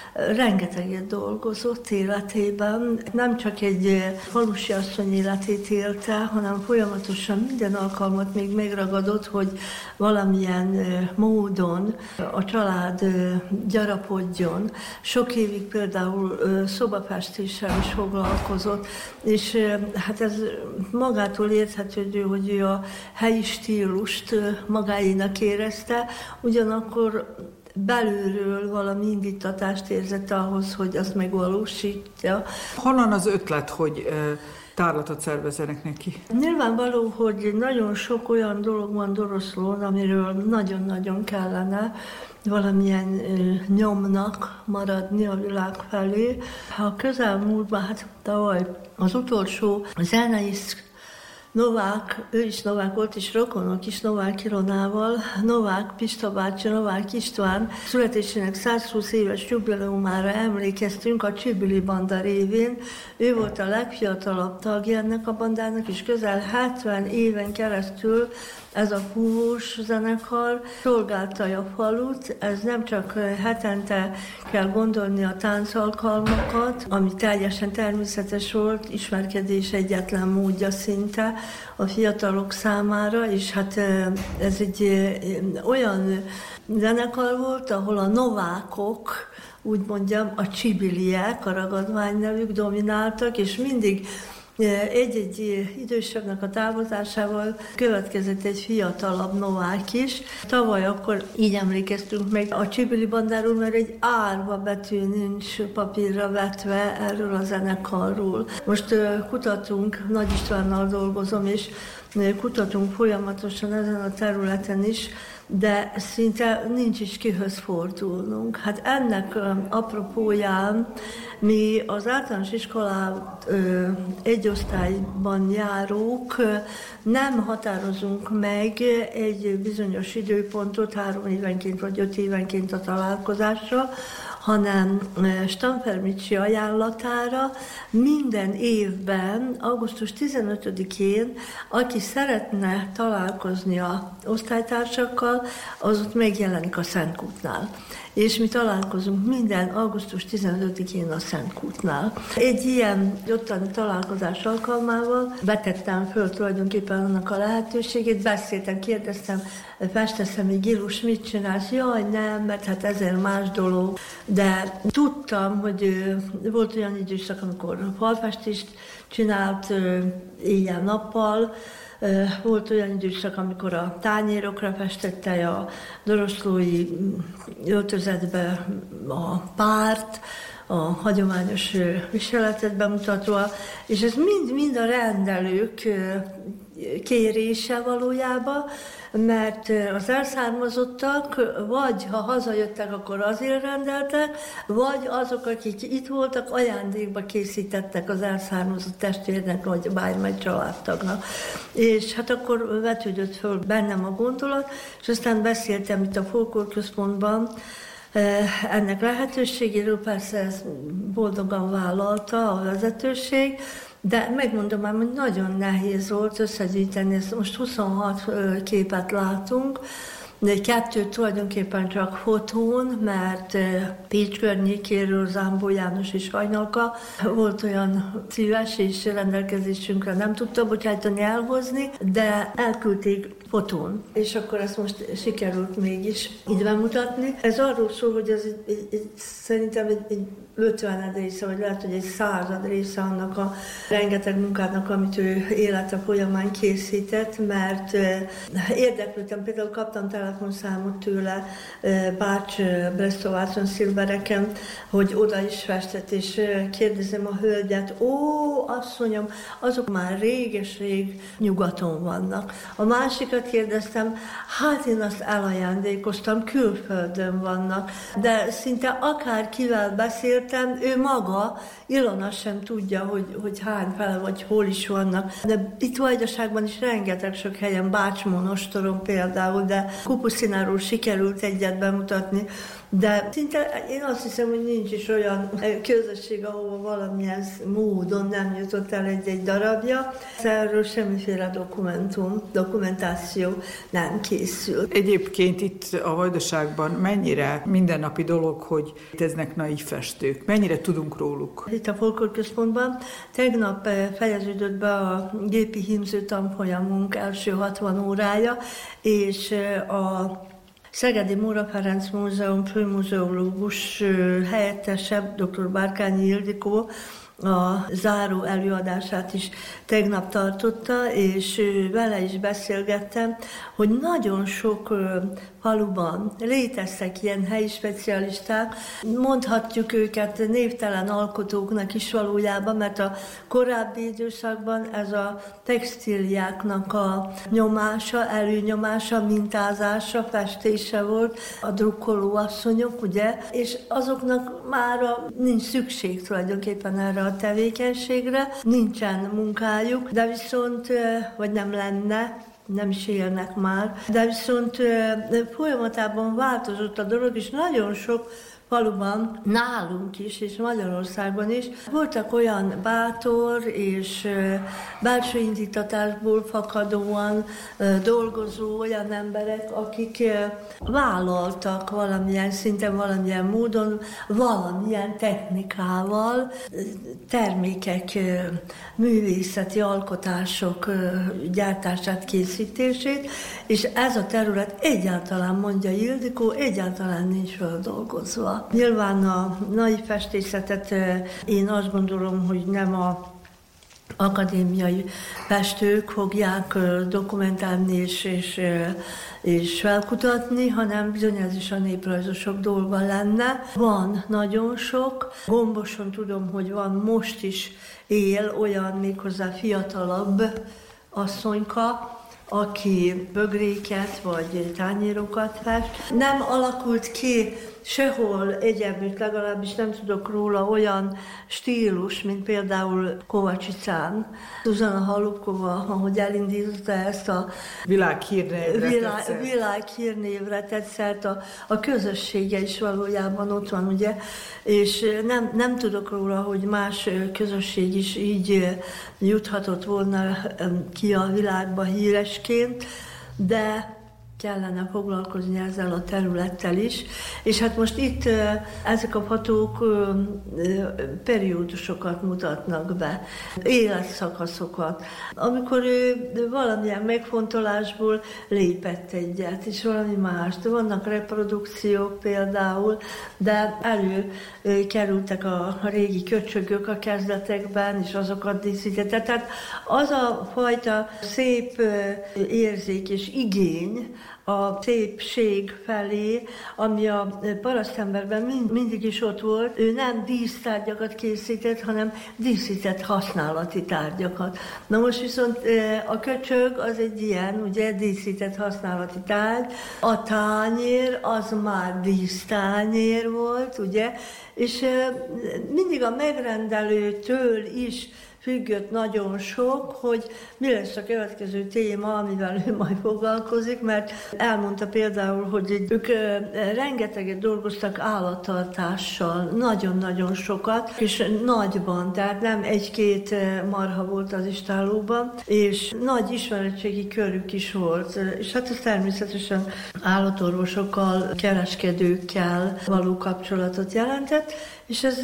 rengeteget dolgozott életében. Nem csak egy falusi asszony életét élte, hanem folyamatosan minden alkalmat még megragadott, hogy valamilyen módon a család gyarapodjon. Sok évig például szobafestéssel is foglalkozott, és hát ez magától érthetődő, hogy ő a helyi stílust magáénak érezte, ugyanakkor belülről valami indítatást érzett ahhoz, hogy azt megvalósítja. Honnan az ötlet, hogy tárlatot szervezzenek neki? Nyilvánvaló, hogy nagyon sok olyan dolog van Doroszlón, amiről nagyon-nagyon kellene valamilyen ö, nyomnak maradni a világ felé. Ha a közelmúltban, hát tavaly az utolsó zeneiszt Novák, ő is Novák volt, és rokonok is Novák Ilonával, Novák Pista bácsi, Novák István születésének százhúsz éves jubileumára emlékeztünk a Csibili banda révén. Ő volt a legfiatalabb tagja ennek a bandának, és közel hetven éven keresztül ez a fúvós zenekar szolgálta a falut. Ez nem csak hetente kell gondolni a táncalkalmakat, ami teljesen természetes volt, ismerkedés egyetlen módja szinte a fiatalok számára, és hát ez egy olyan zenekar volt, ahol a novákok, úgy mondjam, a csibiliek, a ragadvány nevük domináltak, és mindig egy-egy idősebbnek a távozásával következett egy fiatalabb novák is. Tavaly akkor így emlékeztünk meg a Csibili bandáról, mert egy árva betű nincs papírra vetve erről a zenekarról. Most kutatunk, Nagy Istvánnal dolgozom, és kutatunk folyamatosan ezen a területen is, de szinte nincs is kihöz fordulnunk. Hát ennek apropóján mi az általános iskolában egy osztályban járók nem határozunk meg egy bizonyos időpontot három évenként vagy öt évenként a találkozásra, hanem Stamfer Micsi ajánlatára minden évben, augusztus tizenötödikén, aki szeretne találkozni az osztálytársakkal, az ott megjelenik a Szentkútnál. És mi találkozunk minden augusztus tizenötödikén a Szentkútnál. Egy ilyen ottani találkozás alkalmával betettem föl tulajdonképpen annak a lehetőségét, beszéltem, kérdeztem, festeszem, Gilus, mit csinálsz? Jaj, nem, mert hát ezer más dolog. De tudtam, hogy volt olyan időszak, amikor falfestést csinált éjjel-nappal, volt olyan időszak, amikor a tányérokra festette a doroszlói öltözetbe a párt, a hagyományos viseletet bemutatva, és ez mind-mind a rendelők kérése valójában, mert az elszármazottak vagy ha hazajöttek, akkor azért rendeltek, vagy azok, akik itt voltak, ajándékba készítettek az elszármazott testvérnek, vagy bármely családtagnak. És hát akkor vetődött föl bennem a gondolat, és aztán beszéltem itt a Folklórközpontban ennek lehetőségéről, persze ezt boldogan vállalta a vezetőség, de megmondom már, hogy nagyon nehéz volt összegyűjteni, ezt most huszonhat képet látunk, de kettőt tulajdonképpen csak fotón, mert Pécs környékéről Zámbó János és Hajnalka volt olyan szíves, és rendelkezésünkre nem tudta bocsájtani, elhozni, de elküldték fotón. És akkor ezt most sikerült mégis így bemutatni. Ez arról szól, hogy ez egy, egy, egy, szerintem egy, egy ötvened része, vagy lehet, hogy egy század része annak a rengeteg munkának, amit ő élete folyamán készített, mert érdeklődtem, például kaptam telefonszámot tőle Bács Brestovácon Szilbereken, hogy oda is festett, és kérdezem a hölgyet, ó, asszonyom, azok már réges-rég nyugaton vannak. A másikat kérdeztem, hát én azt elajándékoztam, külföldön vannak, de szinte akárkivel beszéltem, ő maga, Ilona sem tudja, hogy, hogy hány fele vagy hol is vannak. De itt Vajdaságban is rengeteg sok helyen, Bács-Monostoron például, de Kupuszináról sikerült egyet bemutatni. De szinte én azt hiszem, hogy nincs is olyan közösség, ahova valamilyen módon nem jutott el egy-egy darabja. Erről semmiféle dokumentum, dokumentáció nem készült. Egyébként itt a Vajdaságban mennyire mindennapi dolog, hogy léteznek naív festők? Mennyire tudunk róluk? Itt a Folklórközpontban tegnap fejeződött be a gépi hímző tanfolyamunk első hatvan órája, és a Szegedi Móra Ferenc Múzeum főmuzeológus helyettese, dr. Bárkányi Ildikó a záró előadását is tegnap tartotta, és vele is beszélgettem, hogy nagyon sok faluban léteztek ilyen helyi specialisták, mondhatjuk őket névtelen alkotóknak is valójában, mert a korábbi időszakban ez a textíliáknak a nyomása, előnyomása, mintázása, festése volt, a drukkoló asszonyok, ugye, és azoknak már nincs szükség tulajdonképpen erre a tevékenységre, nincsen munkájuk, de viszont, vagy nem lenne, nem is élnek már, de viszont folyamatában változott a dolog, és nagyon sok faluban, nálunk is, és Magyarországon is voltak olyan bátor és belső indítatásból fakadóan dolgozó olyan emberek, akik vállaltak valamilyen szinten, valamilyen módon, valamilyen technikával termékek, művészeti alkotások gyártását, készítését, és ez a terület egyáltalán, mondja Ildikó, egyáltalán nincs feldolgozva. Nyilván a naív festészetet én azt gondolom, hogy nem a akadémiai festők fogják dokumentálni és, és, és felkutatni, hanem bizony ez is a néprajzosok dolga lenne. Van nagyon sok, Gomboson tudom, hogy van most is él olyan méghozzá fiatalabb asszonyka, aki bögréket vagy tányérokat fest. Nem alakult ki sehol egyébként, legalábbis nem tudok róla olyan stílus, mint például Kovacsicán. Zuzana Halupkova, ahogy elindította ezt a világhírnévre világ, világhírnévre tetszett, a, a közössége is valójában ott van, ugye, és nem, nem tudok róla, hogy más közösség is így juthatott volna ki a világba híresként, de kellene foglalkozni ezzel a területtel is. És hát most itt ezek a fotók periódusokat mutatnak be, életszakaszokat. Amikor ő valamilyen megfontolásból lépett egyet, és valami mást. Vannak reprodukciók például, de előkerültek a régi köcsögök a kezdetekben, és azokat díszítette. Tehát az a fajta szép érzék és igény, a szépség felé, ami a parasztemberben mind, mindig is ott volt. Ő nem dísztárgyakat készített, hanem díszített használati tárgyakat. Na most viszont a köcsög az egy ilyen, ugye, díszített használati tárgy. A tányér az már dísztányér volt, ugye, és mindig a megrendelőtől is függött nagyon sok, hogy mi lesz a következő téma, amivel ő majd foglalkozik, mert elmondta például, hogy ők rengeteget dolgoztak állattartással, nagyon-nagyon sokat, és nagyban, tehát nem egy-két marha volt az istállóban, és nagy ismeretségi körük is volt, és hát ez természetesen állatorvosokkal, kereskedőkkel való kapcsolatot jelentett, és ez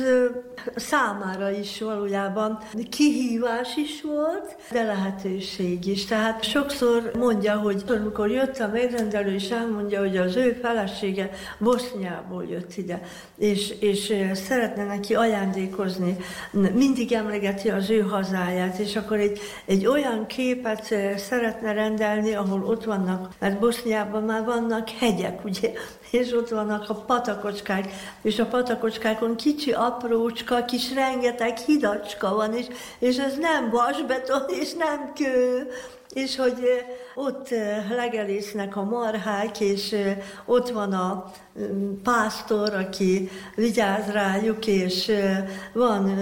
számára is valójában kihívás is volt, de lehetőség is. Tehát sokszor mondja, hogy amikor jött a megrendelő, és elmondja, hogy az ő felesége Boszniából jött ide, és, és szeretne neki ajándékozni, mindig emlegeti az ő hazáját, és akkor egy, egy olyan képet szeretne rendelni, ahol ott vannak, mert Boszniában már vannak hegyek, ugye, és ott vannak a patakocskák, és a patakocskákon kicsi, aprócska, kis rengeteg hidacska van, és, és ez nem vasbeton, és nem kő, és hogy ott legelésznek a marhák, és ott van a pásztor, aki vigyáz rájuk, és van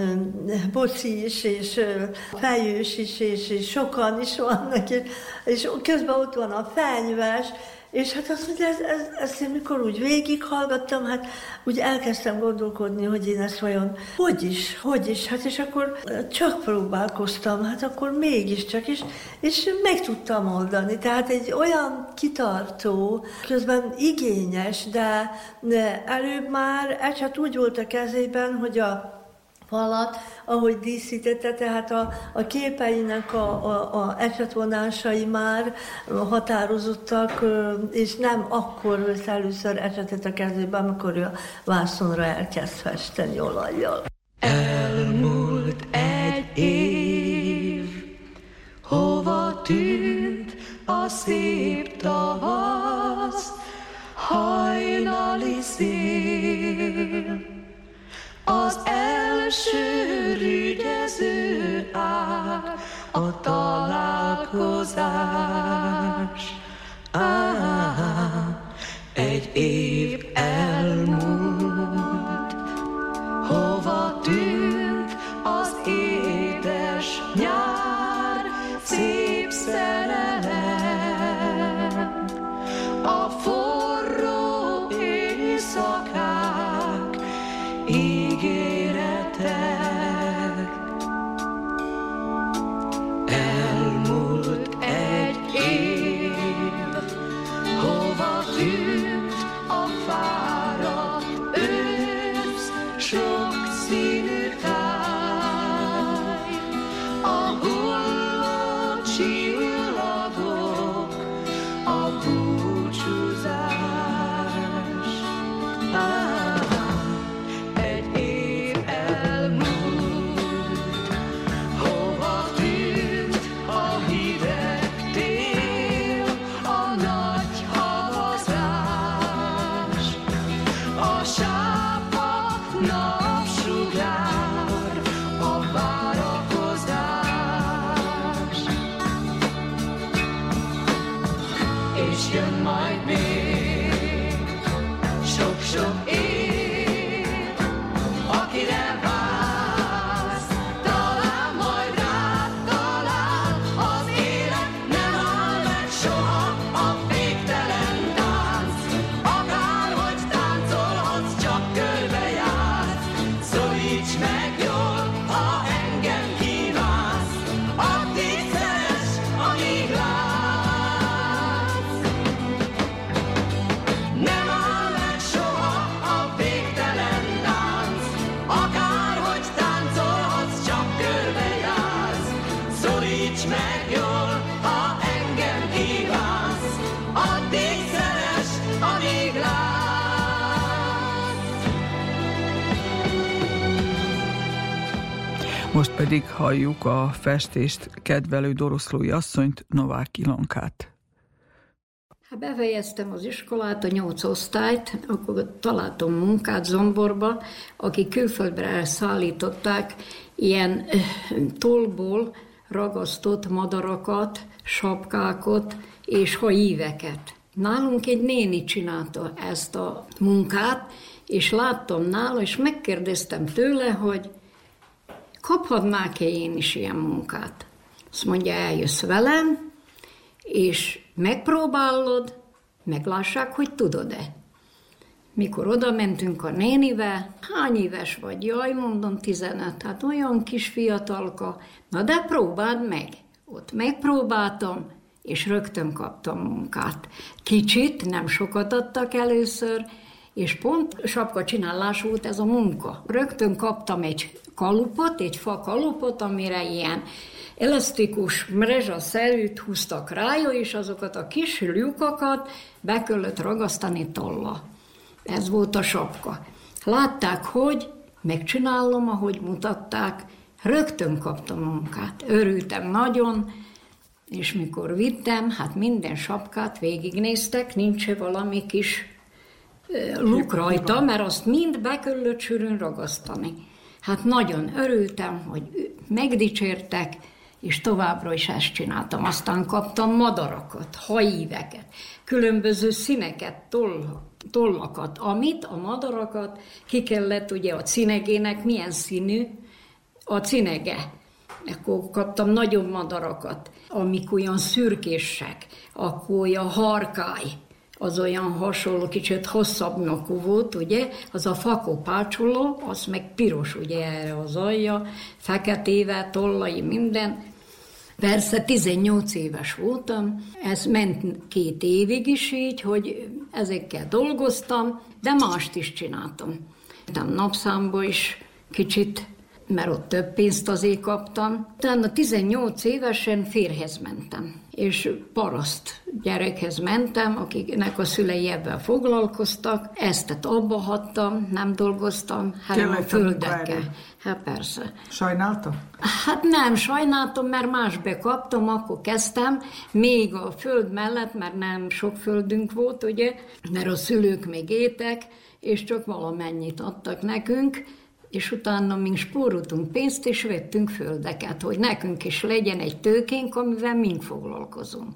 boci is, és fejős is, és, és sokan is vannak, és, és közben ott van a fenyves, és hát azt mondja, ez, ez, ezt én mikor úgy végighallgattam, hát úgy elkezdtem gondolkodni, hogy én ezt vajon hogy is, hogy is, hát és akkor csak próbálkoztam, hát akkor mégiscsak is, és meg tudtam oldani. Tehát egy olyan kitartó, közben igényes, de előbb már ez hát úgy volt a kezében, hogy a falat, ahogy díszítette, tehát a, a képeinek a, a, a ecsetvonásai már határozottak, és nem akkor vesz először ecsetet a kezében, amikor ő a vászonra elkezd festeni olajjal. Elmúlt egy év, hova tűnt a szép tavasz, hajnali szél. Az első rügyező ár, a találkozás. Ah, egy év elmúlt, hova tűnt az édes nyár, szép szerelem, a forró éjszakák, ígéretek. Elmúlt egy év, hova tűnt a fáradt ősz, sok színű táj, a hulló csillagok, a búcsúzás. Most pedig halljuk a festést kedvelő doroszlói asszonyt, Novák Ilonkát. Hát befejeztem az iskolát, a nyolc osztályt, akkor találtam munkát Zomborba, akik külföldre szállították ilyen tollból ragasztott madarakat, sapkákat és haíveket. Nálunk egy néni csinálta ezt a munkát, és láttam nála, és megkérdeztem tőle, hogy kaphatnák-e én is ilyen munkát. Azt mondja, eljössz velem, és megpróbálod, meglássák, hogy tudod-e. Mikor oda mentünk a nénivel, hány éves vagy? Jaj, mondom, tizenöt, hát olyan kis fiatalka. Na de próbáld meg. Ott megpróbáltam, és rögtön kaptam munkát. Kicsit, nem sokat adtak először, és pont sapkacsinálás volt ez a munka. Rögtön kaptam egy kalupot, egy fa kalupot, amire ilyen elasztikus mrezsaszerűt húztak rája, és azokat a kis lyukakat be kellett ragasztani tollal. Ez volt a sapka. Látták, hogy megcsinálom, ahogy mutatták, rögtön kaptam munkát. Örültem nagyon, és mikor vittem, hát minden sapkát végignéztek, nincs valami kis luk rajta, mert azt mind be kellett sűrűn ragasztani. Hát nagyon örültem, hogy megdicsértek, és továbbra is ezt csináltam. Aztán kaptam madarakat, haíveket, különböző színeket, toll, tollakat, amit a madarakat ki kellett, ugye a cinegének milyen színű a cinege. Akkor kaptam nagyobb madarakat, amik olyan szürkések, akkor olyan harkály, az olyan hasonló, kicsit hosszabb nyakú volt, ugye, az a fakópácsoló, az meg piros, ugye, erre az alja, feketével, tollai, minden. Persze tizennyolc éves voltam, ez ment két évig is így, hogy ezekkel dolgoztam, de mást is csináltam. Nem napszámba is kicsit, mert ott több pénzt azért kaptam. Utána tizennyolc évesen férjhez mentem, és paraszt gyerekhez mentem, akiknek a szülei ebben foglalkoztak. Ezt abba hagytam, nem dolgoztam, hanem a földekkel. Hát persze. Sajnálta? Hát nem, sajnáltam, mert másbe kaptam, akkor kezdtem, még a föld mellett, mert nem sok földünk volt, ugye, mert a szülők még éltek, és csak valamennyit adtak nekünk, és utána mi spóroltunk pénzt, és vettünk földeket, hogy nekünk is legyen egy tőkénk, amivel mink foglalkozunk.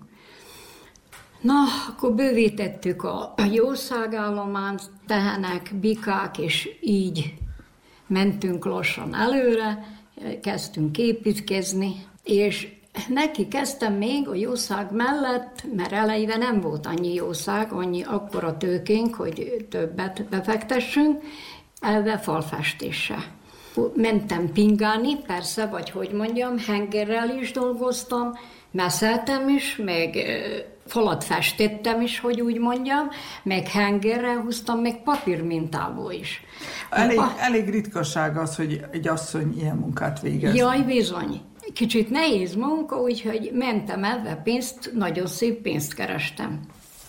Na, akkor bővítettük a jószágállományt, tehenek, bikák, és így mentünk lassan előre, kezdtünk építkezni, és neki kezdtem még a jószág mellett, mert elejére nem volt annyi jószág, annyi akkora tőkénk, hogy többet befektessünk, elve falfestése. Mentem pingálni, persze, vagy hogy mondjam, hengerrel is dolgoztam, messzeltem is, meg falat festettem is, hogy úgy mondjam, meg hengerrel húztam, meg papírmintából is. Elég, a... elég ritkaság az, hogy egy asszony ilyen munkát végez. Jaj, bizony. Kicsit nehéz munka, úgyhogy mentem ebbe pénzt, nagyon szép pénzt kerestem.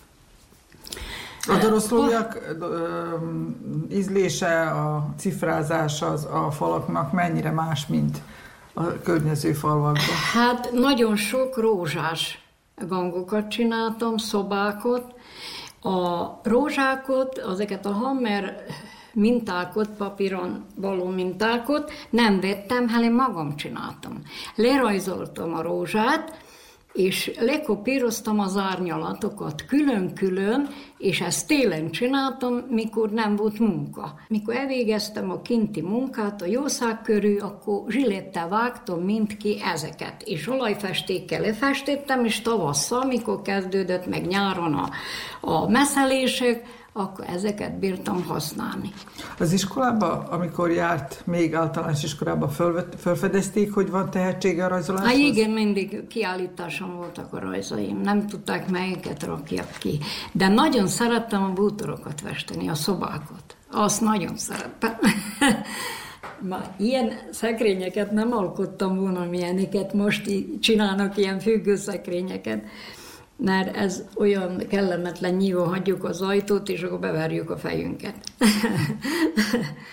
A doroszlóiak ízlése, a cifrázás az a falaknak mennyire más, mint a környező falvakban? Hát nagyon sok rózsás gangokat csináltam, szobákat. A rózsákat, ezeket a hammer mintákat, papíron való mintákat nem vettem, hanem magam csináltam. Lerajzoltam a rózsát, és lekopíroztam az árnyalatokat külön-külön, és ezt télen csináltam, mikor nem volt munka. Mikor elvégeztem a kinti munkát, a jószág körül, akkor zsilettel vágtam mind ki ezeket, és olajfestékkel lefestettem, és tavasszal, mikor kezdődött meg nyáron a, a messzelések, akkor ezeket bírtam használni. Az iskolában, amikor járt, még általános iskolában felfedezték, hogy van tehetsége a rajzoláshoz? Hát igen, mindig kiállításon voltak a rajzaim, nem tudták, melyiket rakjak ki. De nagyon szerettem a bútorokat festeni, a szobákat. Azt nagyon szerettem. Már ilyen szekrényeket nem alkottam volna, milyeneket most csinálnak, ilyen függőszekrényeket. Mert ez olyan kellemetlen, nyílva hagyjuk az ajtót, és akkor beverjük a fejünket.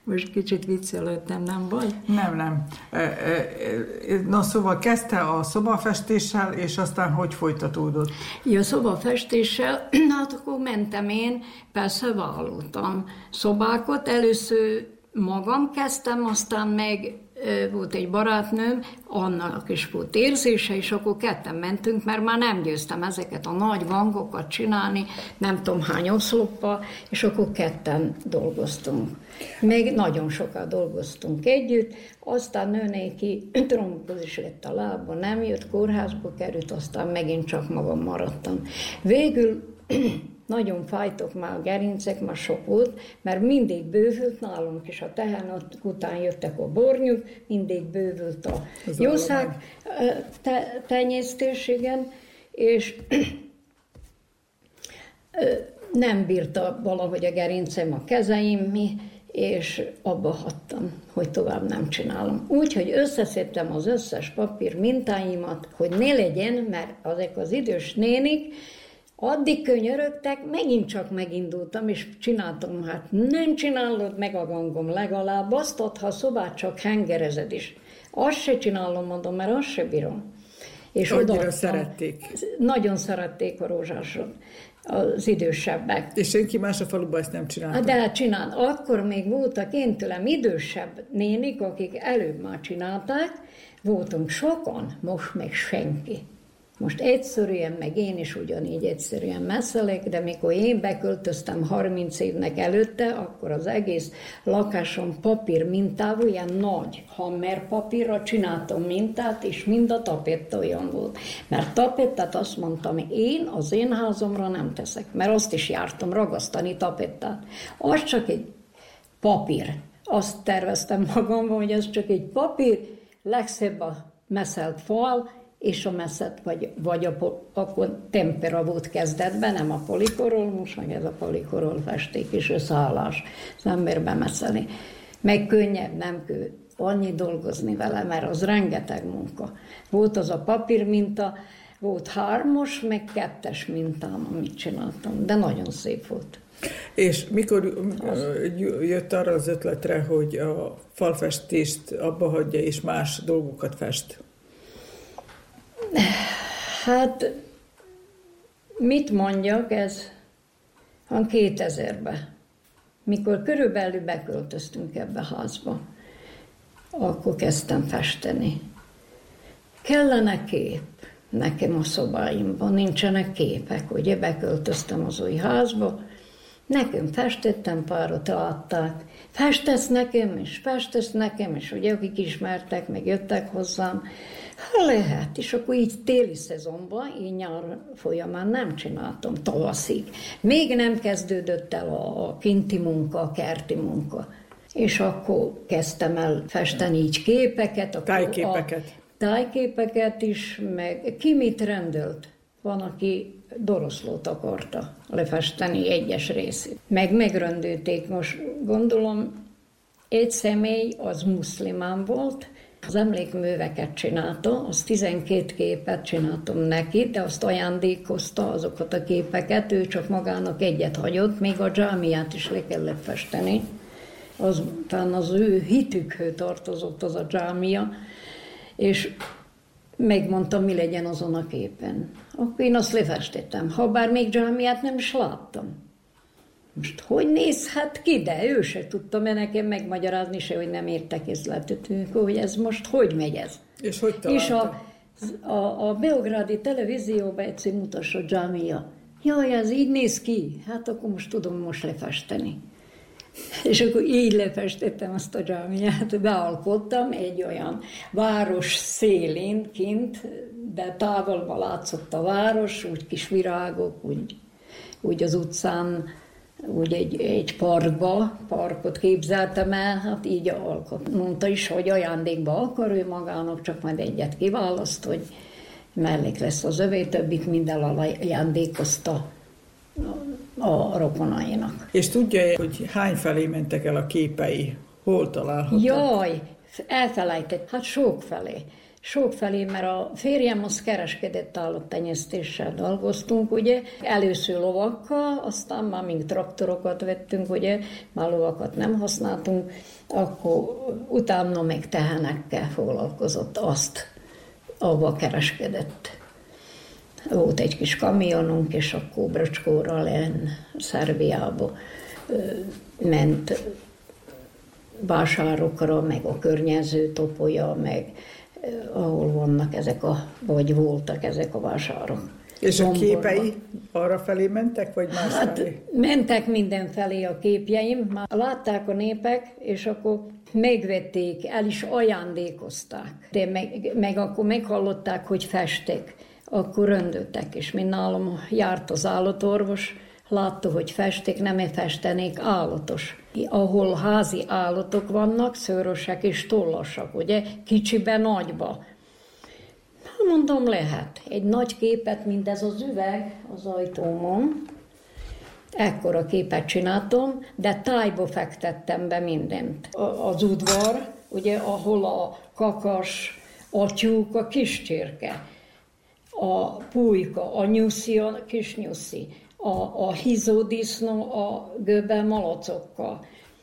Most kicsit viccelődtem, nem baj? Nem, nem. Na szóval kezdte a szobafestéssel, és aztán hogy folytatódott? Ja, szobafestéssel, hát akkor mentem én, persze vállaltam szobákat. Először magam kezdtem, aztán meg volt egy barátnőm, annak is volt érzése, és akkor ketten mentünk, mert már nem győztem ezeket a nagy gangokat csinálni, nem tudom hány oszloppal, és akkor ketten dolgoztunk. Még nagyon sokat dolgoztunk együtt, aztán nőnéki trombózis lett a lába, nem jött, kórházba került, aztán megint csak magam maradtam. Végül nagyon fájtok már a gerincek, már sok volt, mert mindig bővült nálunk, és a tehenat után jöttek a bornyuk, mindig bővült a jószág te, tenyésztés, igen, és nem bírta valahogy a gerincem a kezeim, mi, és abba hagytam, hogy tovább nem csinálom. Úgyhogy összeszedtem az összes papír mintáimat, hogy ne legyen, mert azok az idős nénik, addig könyörögtek, megint csak megindultam, és csináltam, hát nem csinálod meg a gangom, legalább azt ad, ha a szobát csak hengerezed is. Azt se csinálom, mondom, mert azt se bírom. És annyira szerették. Nagyon szerették a rózsásot, az idősebbek. És senki más a faluban ezt nem csinálta? De hát csinál. Akkor még voltak én tőlem idősebb nénik, akik előbb már csinálták, voltunk sokan, most meg senki. Most egyszerűen, meg én is ugyanígy egyszerűen messzelek, de mikor én beköltöztem harminc évnek előtte, akkor az egész lakásom papír mintával, ilyen nagy hammer papírra csináltam mintát, és mind a tapetta olyan volt. Mert tapettát azt mondtam, én az én házamra nem teszek, mert azt is jártam ragasztani tapettát. Az csak egy papír. Azt terveztem magamban, hogy ez csak egy papír, legszebb a messzelt fal, és a messzet, vagy, vagy a, akkor tempera volt kezdetben, nem a polikorol, most meg ez a polikorol festék és összeállás, az ember bemesszeli. Meg könnyebb, nem kő, annyi dolgozni vele, mert az rengeteg munka. Volt az a papírminta, volt hármas, meg kettes mintám, amit csináltam, de nagyon szép volt. És mikor jött arra az ötletre, hogy a falfestést abba hagyja, és más dolgokat fest? Hát, mit mondjak, ez a kétezerben, mikor körülbelül beköltöztünk ebbe a házba, akkor kezdtem festeni. Kellene kép nekem a szobáimban, nincsenek képek, ugye beköltöztem az új házba, nekem festettem, párat látták, festesz nekem, és festesz nekem, és ugye akik ismertek, meg jöttek hozzám, ha lehet, és akkor így téli szezonban, én nyár folyamán nem csináltam, tavaszig. Még nem kezdődött el a kinti munka, a kerti munka. És akkor kezdtem el festeni így képeket. A tájképeket. A tájképeket is, meg ki mit rendelt. Van, aki Doroszlót akarta lefesteni egyes részét. Meg megrendülték, most gondolom, egy személy az muszlimán volt, az emlékműveket csinálta, az tizenkét képet csináltam neki, de azt ajándékozta azokat a képeket, ő csak magának egyet hagyott, még a dzsámiát is le kellett festeni. Aztán az ő hitükhöz tartozott az a dzsámia, és megmondtam, mi legyen azon a képen. Akkor én azt lefestettem, ha bár még dzsámiát nem is láttam. Most hogy nézhet ki, de ő se tudta, mert nekem megmagyarázni se, hogy nem értek észletűtünk, hogy ez most hogy megy ez. És hogy találta? És a, a, a beográdi televízióban egyszer mutassa dzsámia. Jaj, ez így néz ki, hát akkor most tudom most lefesteni. És akkor így lefestettem azt a dzsámiát, bealkottam egy olyan város szélén kint, de távolban látszott a város, úgy kis virágok, úgy, úgy az utcán, úgy egy, egy parkba, parkot képzeltem el, hát így alkot. Mondta is, hogy ajándékba akar ő magának, csak majd egyet kiválaszt, hogy mellék lesz az övé, többit minden ajándékozta a, a rokonainak. És tudja, hogy hány felé mentek el a képei? Hol találhatók? Jaj, elfelejtett, hát sok felé. Sokfelé, mert a férjem az kereskedett állattenyésztéssel dolgoztunk, ugye, először lovakkal, aztán már még traktorokat vettünk, ugye, már lovakat nem használtunk, akkor utána meg tehenekkel foglalkozott, azt, ahova kereskedett. Volt egy kis kamionunk, és akkor Bröcskóra len Szerbiába ment vásárokra, meg a környező Topolya, meg ahol vannak ezek a, vagy voltak ezek a vásárok. És Zomborba. A képei arra felé mentek, vagy más Hát felé? mentek mindenfelé a képjeim, már látták a népek, és akkor megvették, el is ajándékozták. De meg, meg akkor meghallották, hogy festek, akkor röndöttek, és mint nálam járt az állatorvos, látta, hogy festék, nem festenék állatos. Ahol házi állatok vannak, szőrösek és tollasak, ugye, kicsibe, nagyba. Mondom, lehet. Egy nagy képet, mint ez az üveg az ajtómon, ekkora képet csináltam, de tájba fektettem be mindent. Az udvar, ugye, ahol a kakas, a tyúk, a kis csirke, a pulyka, a nyuszi, a kis nyuszi, a, a hízódisznó a göbe malacokkal,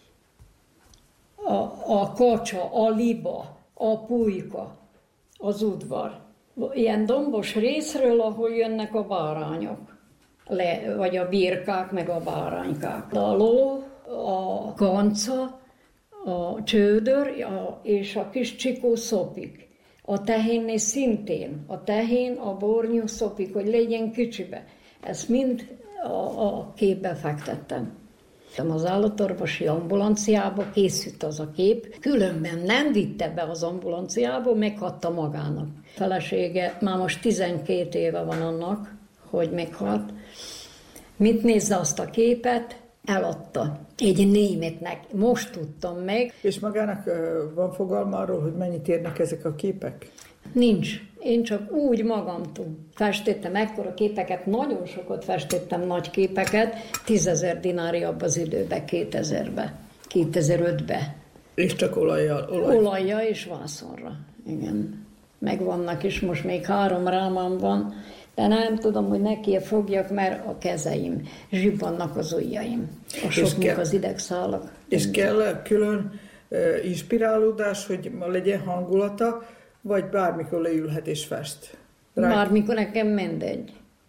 a, a kacsa, a liba, a pulyka, az udvar. Ilyen dombos részről, ahol jönnek a bárányok, le, vagy a birkák, meg a báránykák. A ló, a kanca, a csődör a, és a kis csikó szopik. A tehénnél szintén, a tehén, a bornyú szopik, hogy legyen kicsibe. Ezt mind a, a képbe fektettem. Az állatorvosi ambulanciába készült az a kép, különben nem vitte be az ambulanciába, meghatta magának. Felesége már most tizenkét éve van annak, hogy meghalt. Mit nézze azt a képet? Eladta. Egy németnek. Most tudtam meg. És magának van fogalma arról, hogy mennyit érnek ezek a képek? Nincs. Én csak úgy magamtól festettem ekkora képeket, nagyon sokat festettem nagy képeket, tízezer dinári abban az időben, kétezerben, kétezer-ötben. És csak olajjal? Olaj. Olajja és vászonra, igen. Megvannak is, most még három rámam van, de nem tudom, hogy neki fogjak, mert a kezeim, zsibbannak az ujjaim. A soknak az idegszálak. És kell külön uh, inspirálódás, hogy legyen hangulata, vagy bármikor leülhet és fest? Rá... Bármikor, nekem mindegy.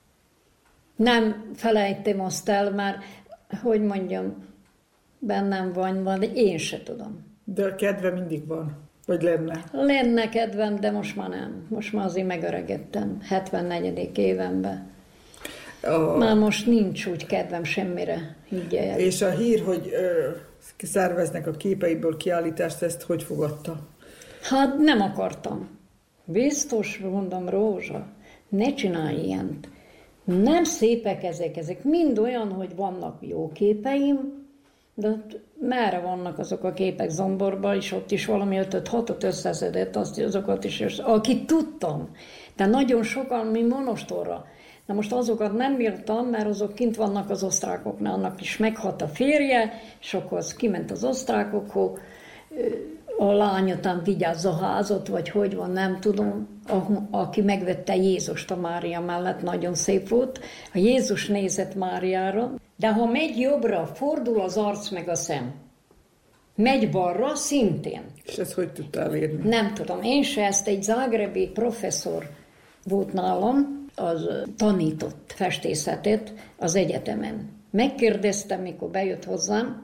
Nem felejtem azt el, mert, hogy mondjam, bennem van, van, de én se tudom. De a kedve mindig van, vagy lenne? Lenne kedvem, de most már nem. Most már azért megöregedtem, hetvennegyedik évemben. A... Már most nincs úgy kedvem semmire, higgyel el. És a hír, hogy ö, szerveznek a képeiből kiállítást, ezt hogy fogadta? Hát nem akartam. Biztos, mondom, Rózsa, ne csinálj ilyent. Nem szépek ezek, ezek mind olyan, hogy vannak jó képeim, de merre vannak azok a képek Zomborban, és ott is valami ötöt-hatot összeszedett, azt, azokat is, akit tudtam. De nagyon sokan, mi monostorra. Na most azokat nem bírtam, mert azok kint vannak az osztrákoknál, annak is meghalt a férje, és akkor az kiment az osztrákokhoz, a lány után vigyázza a házat, vagy hogy van, nem tudom, a, aki megvette Jézust a Mária mellett, nagyon szép volt. A Jézus nézett Máriára, de ha megy jobbra, fordul az arc meg a szem. Megy balra, szintén. És ezt hogy tudtál érni? Nem tudom, én se, ezt egy zágrebi professzor volt nálam, az tanított festészetet az egyetemen. Megkérdeztem, mikor bejött hozzám,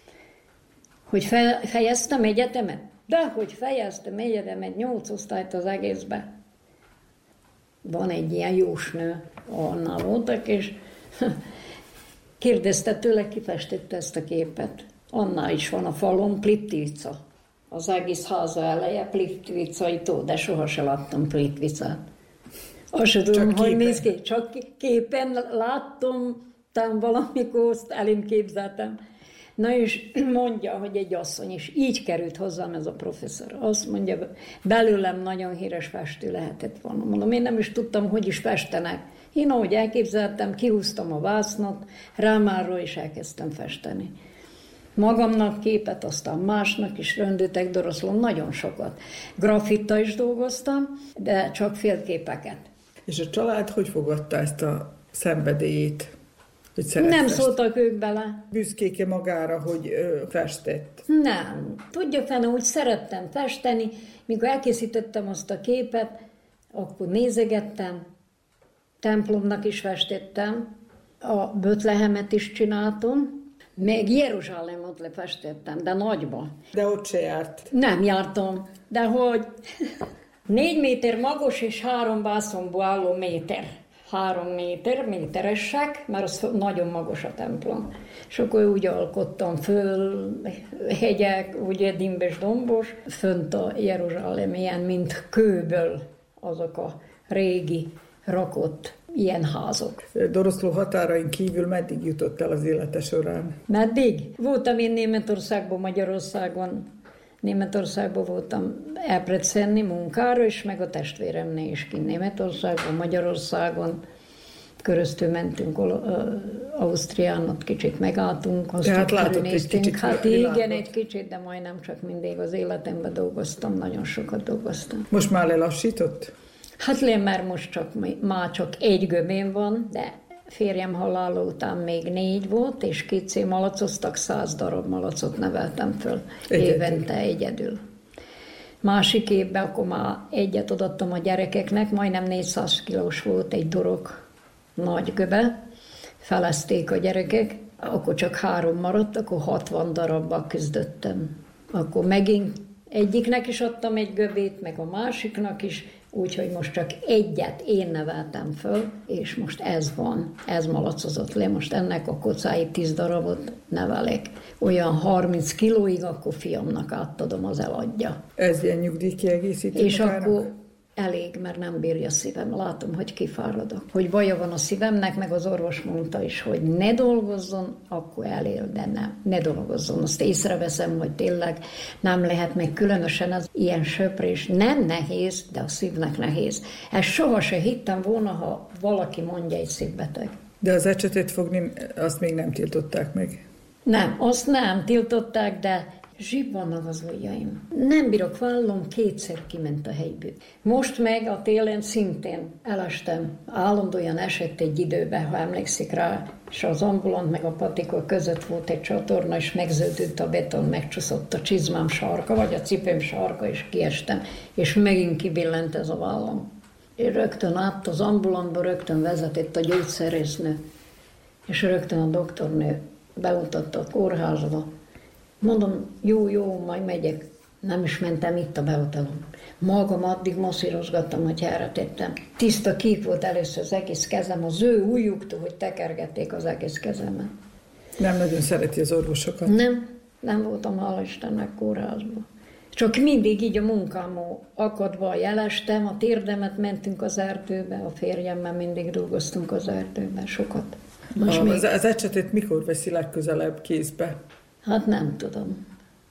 hogy fe, fejeztem egyetemet? De hogy fejeztem egyetemet, nyolc osztályt az egészbe. Van egy ilyen jósnő, annál voltak, és kérdezte tőle, ki festette ezt a képet. Annál is van a falon Plitvica. Az egész háza eleje Plitvicai tó, de soha se láttam Plitvicát. Azt sem tudom, hogy néz ki. Csak képen láttam, talán valamikor azt elém képzeltem. Na és mondja, hogy egy asszony, és így került hozzám ez a professzor. Azt mondja, belőlem nagyon híres festő lehetett volna. Mondom, én nem is tudtam, hogy is festenek. Én ahogy elképzeltem, kihúztam a vásznat, rámárról, és elkezdtem festeni. Magamnak képet, aztán másnak is röndítek doroszlón, nagyon sokat. Grafittal is dolgoztam, de csak félképeket. És a család hogy fogadta ezt a szenvedélyét? Nem szóltak ők bele. Büszkéke magára, hogy ö, festett? Nem. Tudja fene, úgy szerettem festeni, mikor elkészítettem azt a képet, akkor nézegettem, templomnak is festettem, a Bötlehemet is csináltam, meg Jeruzsálemot lefestettem, de nagyba. De ott se járt. Nem jártam, de hogy négy méter magas és három vászonból álló méter. Három méter, méteresek, mert az nagyon magas a templom. És akkor úgy alkottam föl hegyek, ugye dimbes dombos, fönt a Jeruzsálem ilyen, mint kőből azok a régi rakott ilyen házok. Doroszló határain kívül meddig jutott el az élete során? Meddig? Voltam én Németországban, Magyarországon. Németországban voltam Elprecenni munkára, és meg a testvéremnél is kint Németországban, Magyarországon. Köröztül mentünk Ausztrián, ott kicsit megálltunk, azt hát látott egy kicsit. Hát igen, egy kicsit, de majdnem csak mindig az életemben dolgoztam, nagyon sokat dolgoztam. Most már lelassított? Hát lén, mert most csak, már csak egy göbén van, de férjem halála után még négy volt, és kétszer malacoztak, száz darab malacot neveltem föl egyedül. Évente egyedül. Másik évben akkor már egyet adattam a gyerekeknek, majdnem négyszáz kilós volt egy dorog nagy göbe, felezték a gyerekek, akkor csak három maradt, akkor hatvan darabbal küzdöttem. Akkor megint egyiknek is adtam egy göbét, meg a másiknak is, úgyhogy most csak egyet én neveltem föl, és most ez van, ez malacozott le, most ennek a kocáit tíz darabot nevelek. Olyan harminc kilóig, akkor fiamnak átadom, az eladja. Ez ilyen nyugdíjkiegészítő És magának? akkor elég, mert nem bírja a szívem. Látom, hogy kifáradok. Hogy baja van a szívemnek, meg az orvos mondta is, hogy ne dolgozzon, akkor elél, de nem. Ne dolgozzon. Azt észreveszem, hogy tényleg nem lehet, meg különösen az ilyen söprés. Nem nehéz, de a szívnek nehéz. Ezt soha se hittem volna, ha valaki mondja, egy szívbeteg. De az ecsetét fogni, azt még nem tiltották meg? Nem, azt nem tiltották, de zsibbannak az ujjaim. Nem bírok vállom, kétszer kiment a helyből. Most meg a télen szintén elestem. Állandóan esett egy időben, ha emlékszik rá, és az ambulant meg a patika között volt egy csatorna, és megződött a beton, megcsúszott a csizmám sarka, vagy a cipőm sarka, és kiestem, és megint kibillent ez a vállam. Én rögtön át az ambulantba, rögtön vezetett a gyógyszerésznő, és rögtön a doktornő bemutatta a kórházba. Mondom, jó, jó, majd megyek. Nem is mentem itt a behotelom. Magam addig masszírozgattam, hogy erre tettem. Tiszta kék volt először az egész kezem, az ő ujjuktól, hogy tekergették az egész kezemet. Nem nagyon szereti az orvosokat? Nem, nem voltam, hála Istennek, kórházban. Csak mindig így a munkámon akadva jelestem, a térdemet mentünk az erdőbe, a férjemmel mindig dolgoztunk az erdőben, sokat. Most a, még... Az, az ecsetét mikor veszi legközelebb kézbe? Hát nem tudom.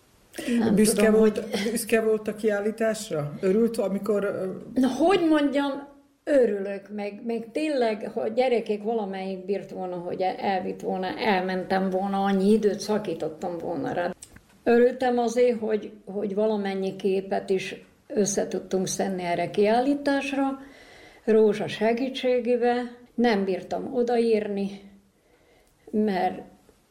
Nem büszke, tudom, volt, hogy... büszke volt a kiállításra? Örült, amikor... Na, hogy mondjam, örülök, meg, meg tényleg, ha a gyerekek valamelyik bírt volna, hogy elvitt volna, elmentem volna, annyi időt szakítottam volna rá. Örültem azért, hogy, hogy valamennyi képet is össze tudtunk szedni erre kiállításra, Rózsa segítségével. Nem bírtam odaírni, mert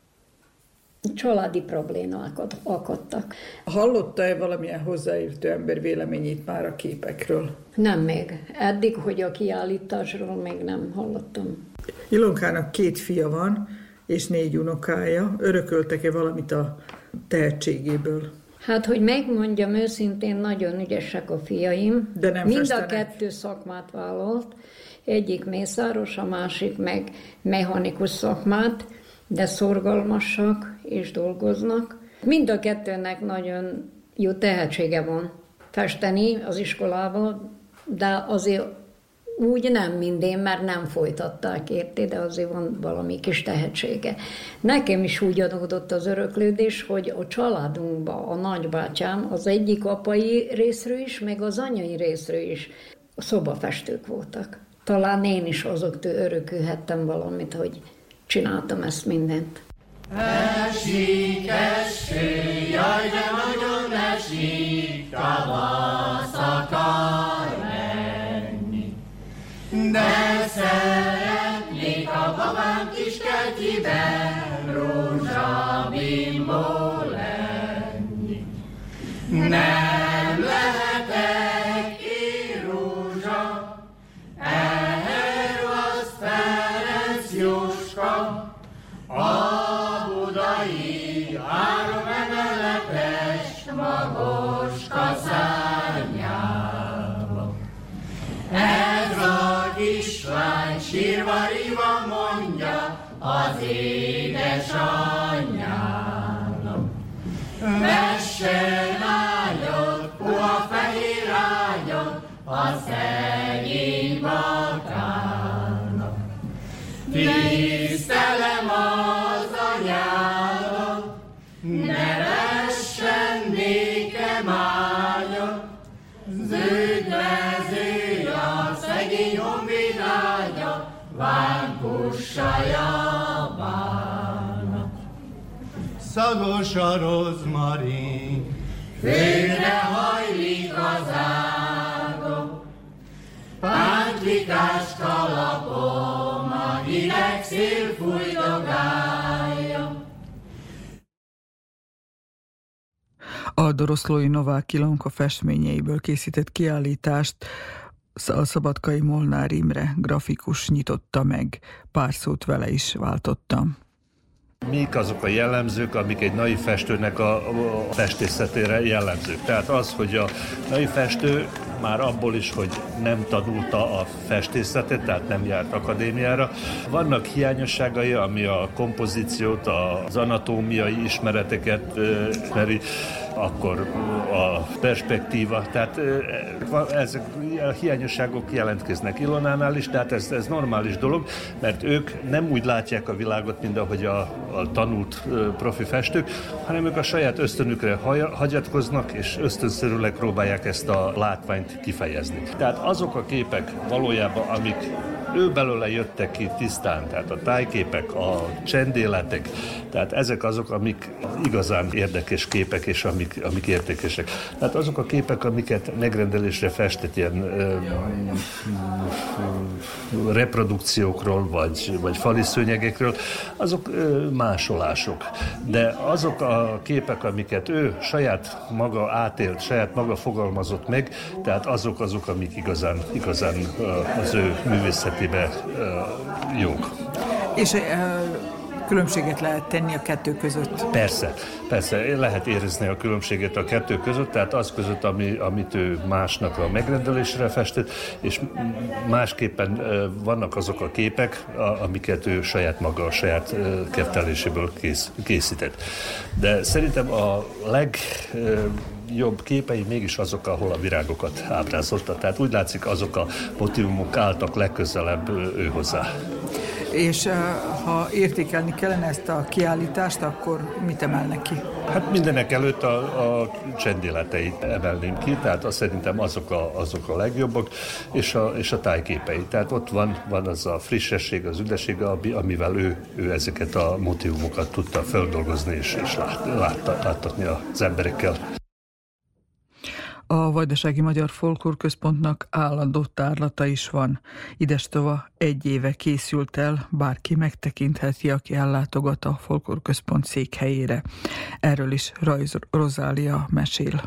családi problémák akadtak. Hallotta-e valamilyen hozzáértő ember véleményét már a képekről? Nem még. Eddig, hogy a kiállításról még nem hallottam. Ilonkának két fia van, és négy unokája. Örököltek-e valamit a tehetségéből? Hát, hogy megmondjam őszintén, nagyon ügyesek a fiaim. De nem Mind festenek. A kettő szakmát vállalt. Egyik mészáros, a másik meg mechanikus szakmát, de szorgalmasak és dolgoznak. Mind a kettőnek nagyon jó tehetsége van festeni az iskolában, de azért úgy nem mindén, mert nem folytatták, érti, de azért van valami kis tehetsége. Nekem is úgy adódott az öröklődés, hogy a családunkban a nagybátyám az egyik apai részről is, meg az anyai részről is szobafestők voltak. Talán én is azoktól örökülhettem valamit, hogy csináltam ezt mindent. Esik eső, jaj, de nagyon esik, tavasz akar menni. De szeretnék a babám kis kertjében rózsabimbó lenni. Nem lehetek én rózsa, elhervasz Ferenc Jóska, a budai három emeletes magoska szárnyába. Ez a kislány sírva-ríva mondja az édesanyjának. Vessen ágyat, puha fehér ágyat a szegény bakának. Tisztelem az anyádat, ne vessen nékem ágyat, zöldmező a szegény honvéd ágya, vánkussa javának. Szagos a rozmarin, főre hajlik az ága, pántlikás kalapom a hideg szél fújdogálja. A Doroszlói Novák Ilonka festményeiből készített kiállítást a szabadkai Molnár Imre grafikus nyitotta meg. Pár szót vele is váltottam. Mik azok a jellemzők, amik egy nai festőnek a, a festészetére jellemzők? Tehát az, hogy a nai festő már abból is, hogy nem tanulta a festészetet, tehát nem járt akadémiára. Vannak hiányosságai, ami a kompozíciót, az anatómiai ismereteket ismeri, akkor a perspektíva, tehát ezek a hiányosságok jelentkeznek Ilonánál is, tehát ez, ez normális dolog, mert ők nem úgy látják a világot, mint ahogy a, a tanult profi festők, hanem ők a saját ösztönükre hagyatkoznak, és ösztönszerűleg próbálják ezt a látványt kifejezni. Tehát azok a képek valójában, amik ő belőle jöttek ki tisztán, tehát a tájképek, a csendéletek, tehát ezek azok, amik igazán érdekes képek, és amik, amik értékesek. Tehát azok a képek, amiket megrendelésre festett ilyen ö, ö, reprodukciókról, vagy, vagy fali szőnyegekről, azok ö, másolások. De azok a képek, amiket ő saját maga átélt, saját maga fogalmazott meg, tehát azok azok, amik igazán, igazán az ő művészetébe jók. És uh, különbséget lehet tenni a kettő között? Persze, persze, lehet érezni a különbséget a kettő között, tehát az között, ami, amit ő másnak a megrendelésre festett, és másképpen vannak azok a képek, amiket ő saját maga, a saját kerteléséből kész, készített. De szerintem a leg jobb képei mégis azok, ahol a virágokat ábrázolta. Tehát úgy látszik, azok a motívumok álltak legközelebb ő hozzá. És ha értékelni kellene ezt a kiállítást, akkor mit emelnek ki? Hát mindenek előtt a, a csendéleteit emelném ki, tehát azt szerintem azok a, azok a legjobbak, és a, és a tájképei. Tehát ott van, van az a frissesség, az üdesség, amivel ő, ő ezeket a motívumokat tudta feldolgozni és, és lát, látta, láttatni az emberekkel. A Vajdasági Magyar Folklórközpontnak állandó tárlata is van. Idestova egy éve készült el, bárki megtekintheti, aki ellátogat a Folklórközpont székhelyére. Erről is Rajz Rozália mesél.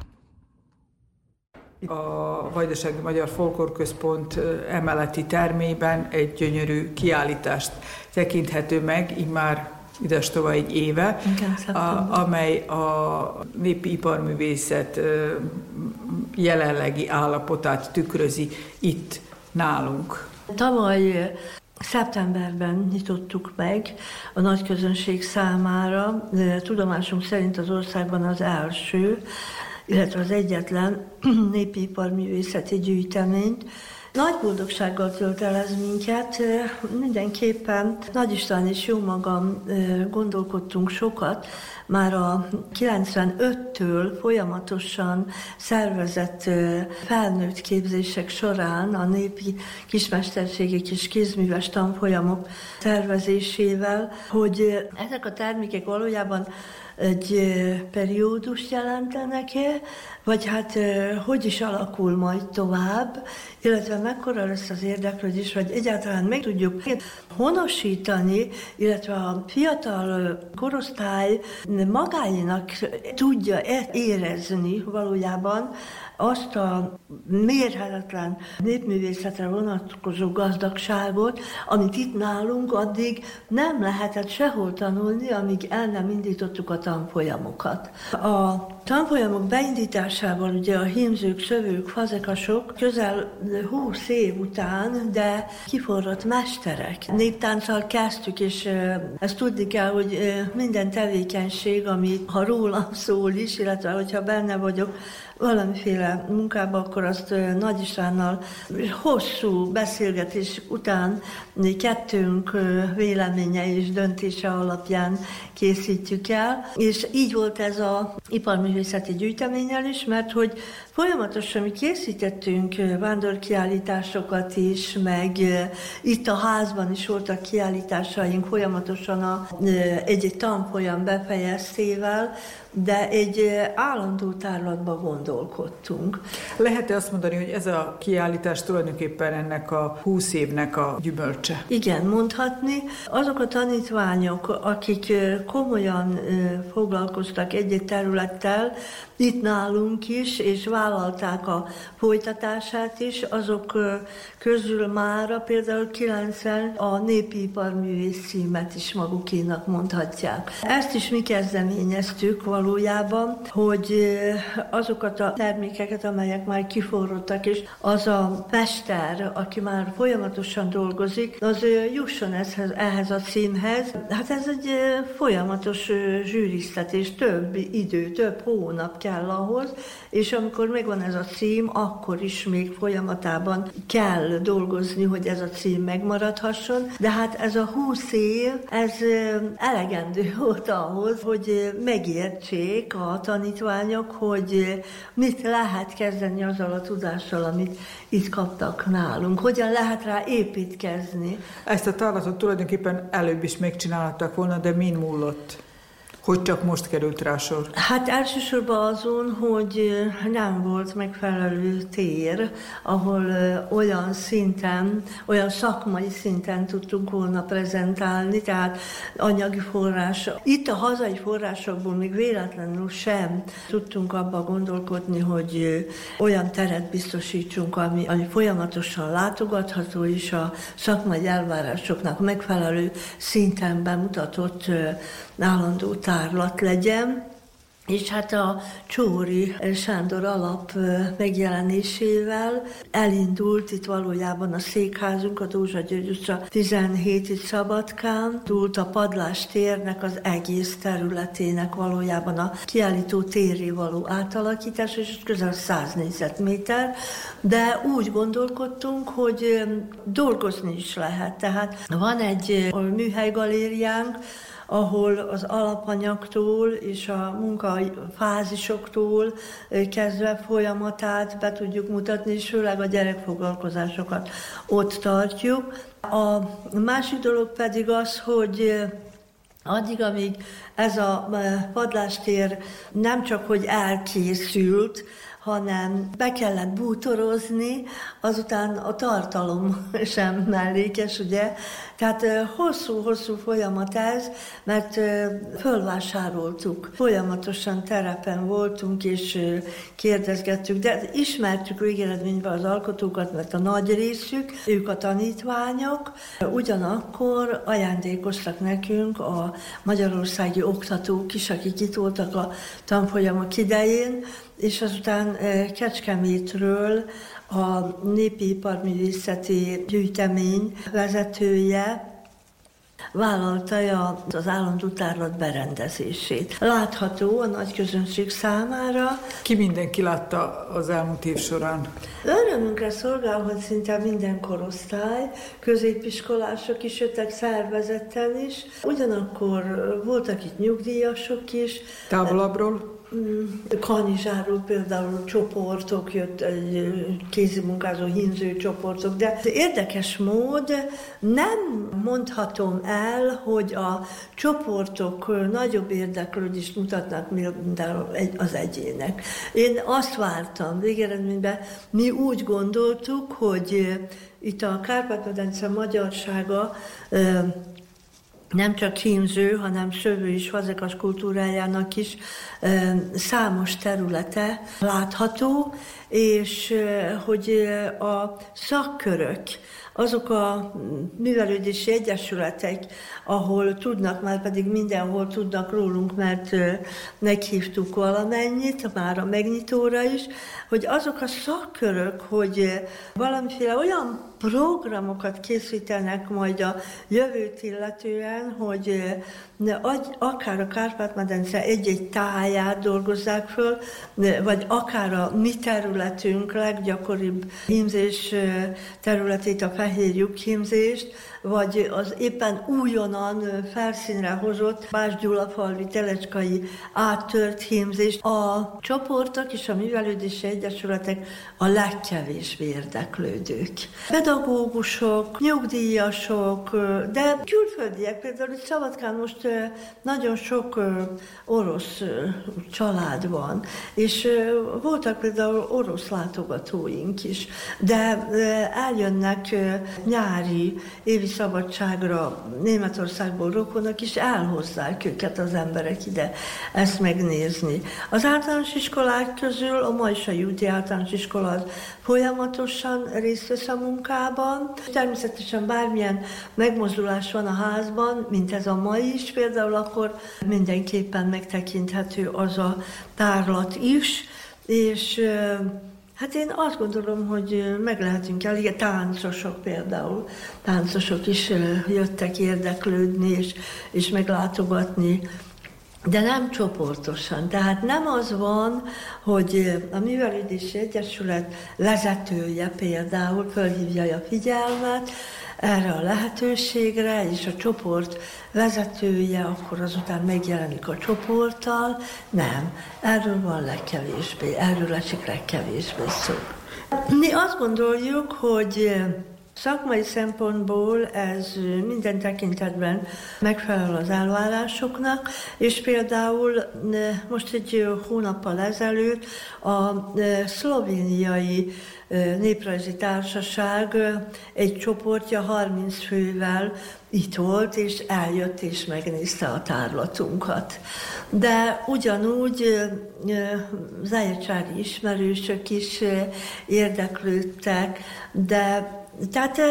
A Vajdasági Magyar Folklórközpont emeleti termében egy gyönyörű kiállítást tekinthető meg, immár idestova egy éve, igen, a, amely a népi iparművészet jelenlegi állapotát tükrözi itt nálunk. Tavaly szeptemberben nyitottuk meg a nagy közönség számára, tudomásunk szerint az országban az első, illetve az egyetlen népi iparművészeti gyűjteményt. Nagy boldogsággal tölt el ez minket. Mindenképpen Nagy István és jó magam gondolkodtunk sokat, már a kilencvenöttől folyamatosan szervezett felnőtt képzések során a népi kismesterségi és kézműves tanfolyamok szervezésével, hogy ezek a termékek valójában egy periódust jelentenek-e, vagy hát hogy is alakul majd tovább, illetve mekkora lesz az érdeklődés, vagy egyáltalán meg tudjuk honosítani, illetve a fiatal korosztály magáinak tudja érezni valójában azt a mérhetetlen népművészetre vonatkozó gazdagságot, amit itt nálunk addig nem lehetett sehol tanulni, amíg el nem indítottuk a tanfolyamokat. A tanfolyamok beindításával ugye a hímzők, szövők, fazekasok közel húsz év után, de kiforrott mesterek. Néptánccal kezdtük, és ezt tudni kell, hogy minden tevékenység, ami ha rólam szól is, illetve hogyha benne vagyok valamiféle munkában, akkor azt Nagy Istvánnal hosszú beszélgetés után kettőnk véleménye és döntése alapján készítjük el. És így volt ez az iparművészeti gyűjteménnyel is, mert hogy folyamatosan mi készítettünk vándorkiállításokat is, meg itt a házban is voltak kiállításaink folyamatosan a, egy-egy tanfolyam befejeztével, de egy állandó tárlatban gondolkodtunk. Lehet-e azt mondani, hogy ez a kiállítás tulajdonképpen ennek a húsz évnek a gyümölcse? Igen, mondhatni. Azok a tanítványok, akik komolyan foglalkoztak egy-egy területtel, itt nálunk is, és vállalták a folytatását is, azok közül mára például kilencven a népi iparművész címet is magukénak mondhatják. Ezt is mi kezdeményeztük valójában, hogy azokat a termékeket, amelyek már kiforrottak, és az a mester, aki már folyamatosan dolgozik, az jusson ehhez, ehhez a címhez. Hát ez egy folyamatos zsűriztetés, több idő, több hónap kell ahhoz, és amikor megvan ez a cím, akkor is még folyamatában kell dolgozni, hogy ez a cím megmaradhasson, de hát ez a húsz év, ez elegendő volt ahhoz, hogy megértsék a tanítványok, hogy mit lehet kezdeni azzal a tudással, amit itt kaptak nálunk, hogyan lehet rá építkezni. Ezt a tárlatot tulajdonképpen előbb is megcsinálhattak volna, de min múlott? Hogy csak most került rá sor? Hát elsősorban azon, hogy nem volt megfelelő tér, ahol olyan szinten, olyan szakmai szinten tudtunk volna prezentálni, tehát anyagi forrás. Itt a hazai forrásokból még véletlenül sem tudtunk abba gondolkodni, hogy olyan teret biztosítsunk, ami, ami folyamatosan látogatható, és a szakmai elvárásoknak megfelelő szinten bemutatott állandó tárlat legyen. És hát a Csóri Sándor alap megjelenésével elindult itt valójában a székházunk, a Dózsa György utca tizenhét itt Szabadkán, indult a Padlás térnek az egész területének valójában a kiállító térré való átalakítás, és közel száz négyzetméter, de úgy gondolkodtunk, hogy dolgozni is lehet. Tehát van egy műhelygalériánk, ahol az alapanyagtól és a munkafázisoktól kezdve folyamatát be tudjuk mutatni, és főleg a gyerekfoglalkozásokat ott tartjuk. A másik dolog pedig az, hogy addig, amíg ez a padlástér nem csak hogy elkészült, hanem be kellett bútorozni, azután a tartalom sem mellékes, ugye? Tehát hosszú-hosszú folyamat ez, mert fölvásároltuk. Folyamatosan terepen voltunk, és kérdezgettük, de ismertük végeredményben az alkotókat, mert a nagy részük, ők a tanítványok, ugyanakkor ajándékoztak nekünk a magyarországi oktatók is, akik itt voltak a tanfolyamok idején, és azután Kecskemétről a Népi Iparművészeti Gyűjtemény vezetője vállalta az állandó tárlat berendezését. Látható a nagy közönség számára. Ki mindenki látta az elmúlt év során? Örömünkre szolgál, hogy szinte minden korosztály, középiskolások is jöttek, szervezetten is. Ugyanakkor voltak itt nyugdíjasok is. Távolabbról? Kanizsáról például csoportok, jött egy kézimunkázó hímző csoportok, de érdekes mód nem mondhatom el, hogy a csoportok nagyobb érdeklődést mutatnak, mint az egyének. Én azt vártam, végeredményben mi úgy gondoltuk, hogy itt a Kárpát-medence magyarsága nem csak hímző, hanem sövő és fazekas kultúrájának is számos területe látható, és hogy a szakkörök, azok a művelődési egyesületek, ahol tudnak, már pedig mindenhol tudnak rólunk, mert meghívtuk valamennyit, már a megnyitóra is, hogy azok a szakkörök, hogy valamiféle olyan programokat készítenek majd a jövőt illetően, hogy akár a Kárpát-medence egy-egy táját dolgozzák föl, vagy akár a mi területünk leggyakoribb hímzés területét, a fehér lyukhímzést, vagy az éppen újonnan felszínre hozott Bács-Gyulafalvi telecskai áttört hímzést. A csoportok és a művelődési egyesületek a legkevésbé érdeklődők. Pedagógusok, nyugdíjasok, de külföldiek, például itt Szabadkán most nagyon sok orosz család van, és voltak például orosz látogatóink is, de eljönnek nyári, évi szabadságra Németországból rokonok, és elhozzák őket az emberek ide ezt megnézni. Az általános iskolák közül a Majsai úti általános iskola az folyamatosan részt vesz a munkában. Természetesen bármilyen megmozdulás van a házban, mint ez a mai is például, akkor mindenképpen megtekinthető az a tárlat is, és hát én azt gondolom, hogy meg lehetünk el, igen, táncosok például, táncosok is jöttek érdeklődni és, és meglátogatni, de nem csoportosan. Tehát nem az van, hogy a Művelődési Egyesület vezetője például fölhívja a figyelmet erre a lehetőségre, és a csoport vezetője akkor azután megjelenik a csoporttal. Nem, erről van legkevésbé, erről esik legkevésbé szó. Mi azt gondoljuk, hogy szakmai szempontból ez minden tekintetben megfelel az elvárásoknak, és például most egy hónappal ezelőtt a szlovéniai Néprajzi Társaság egy csoportja harminc fővel itt volt, és eljött és megnézte a tárlatunkat. De ugyanúgy zájacsári ismerősök is érdeklődtek, de tehát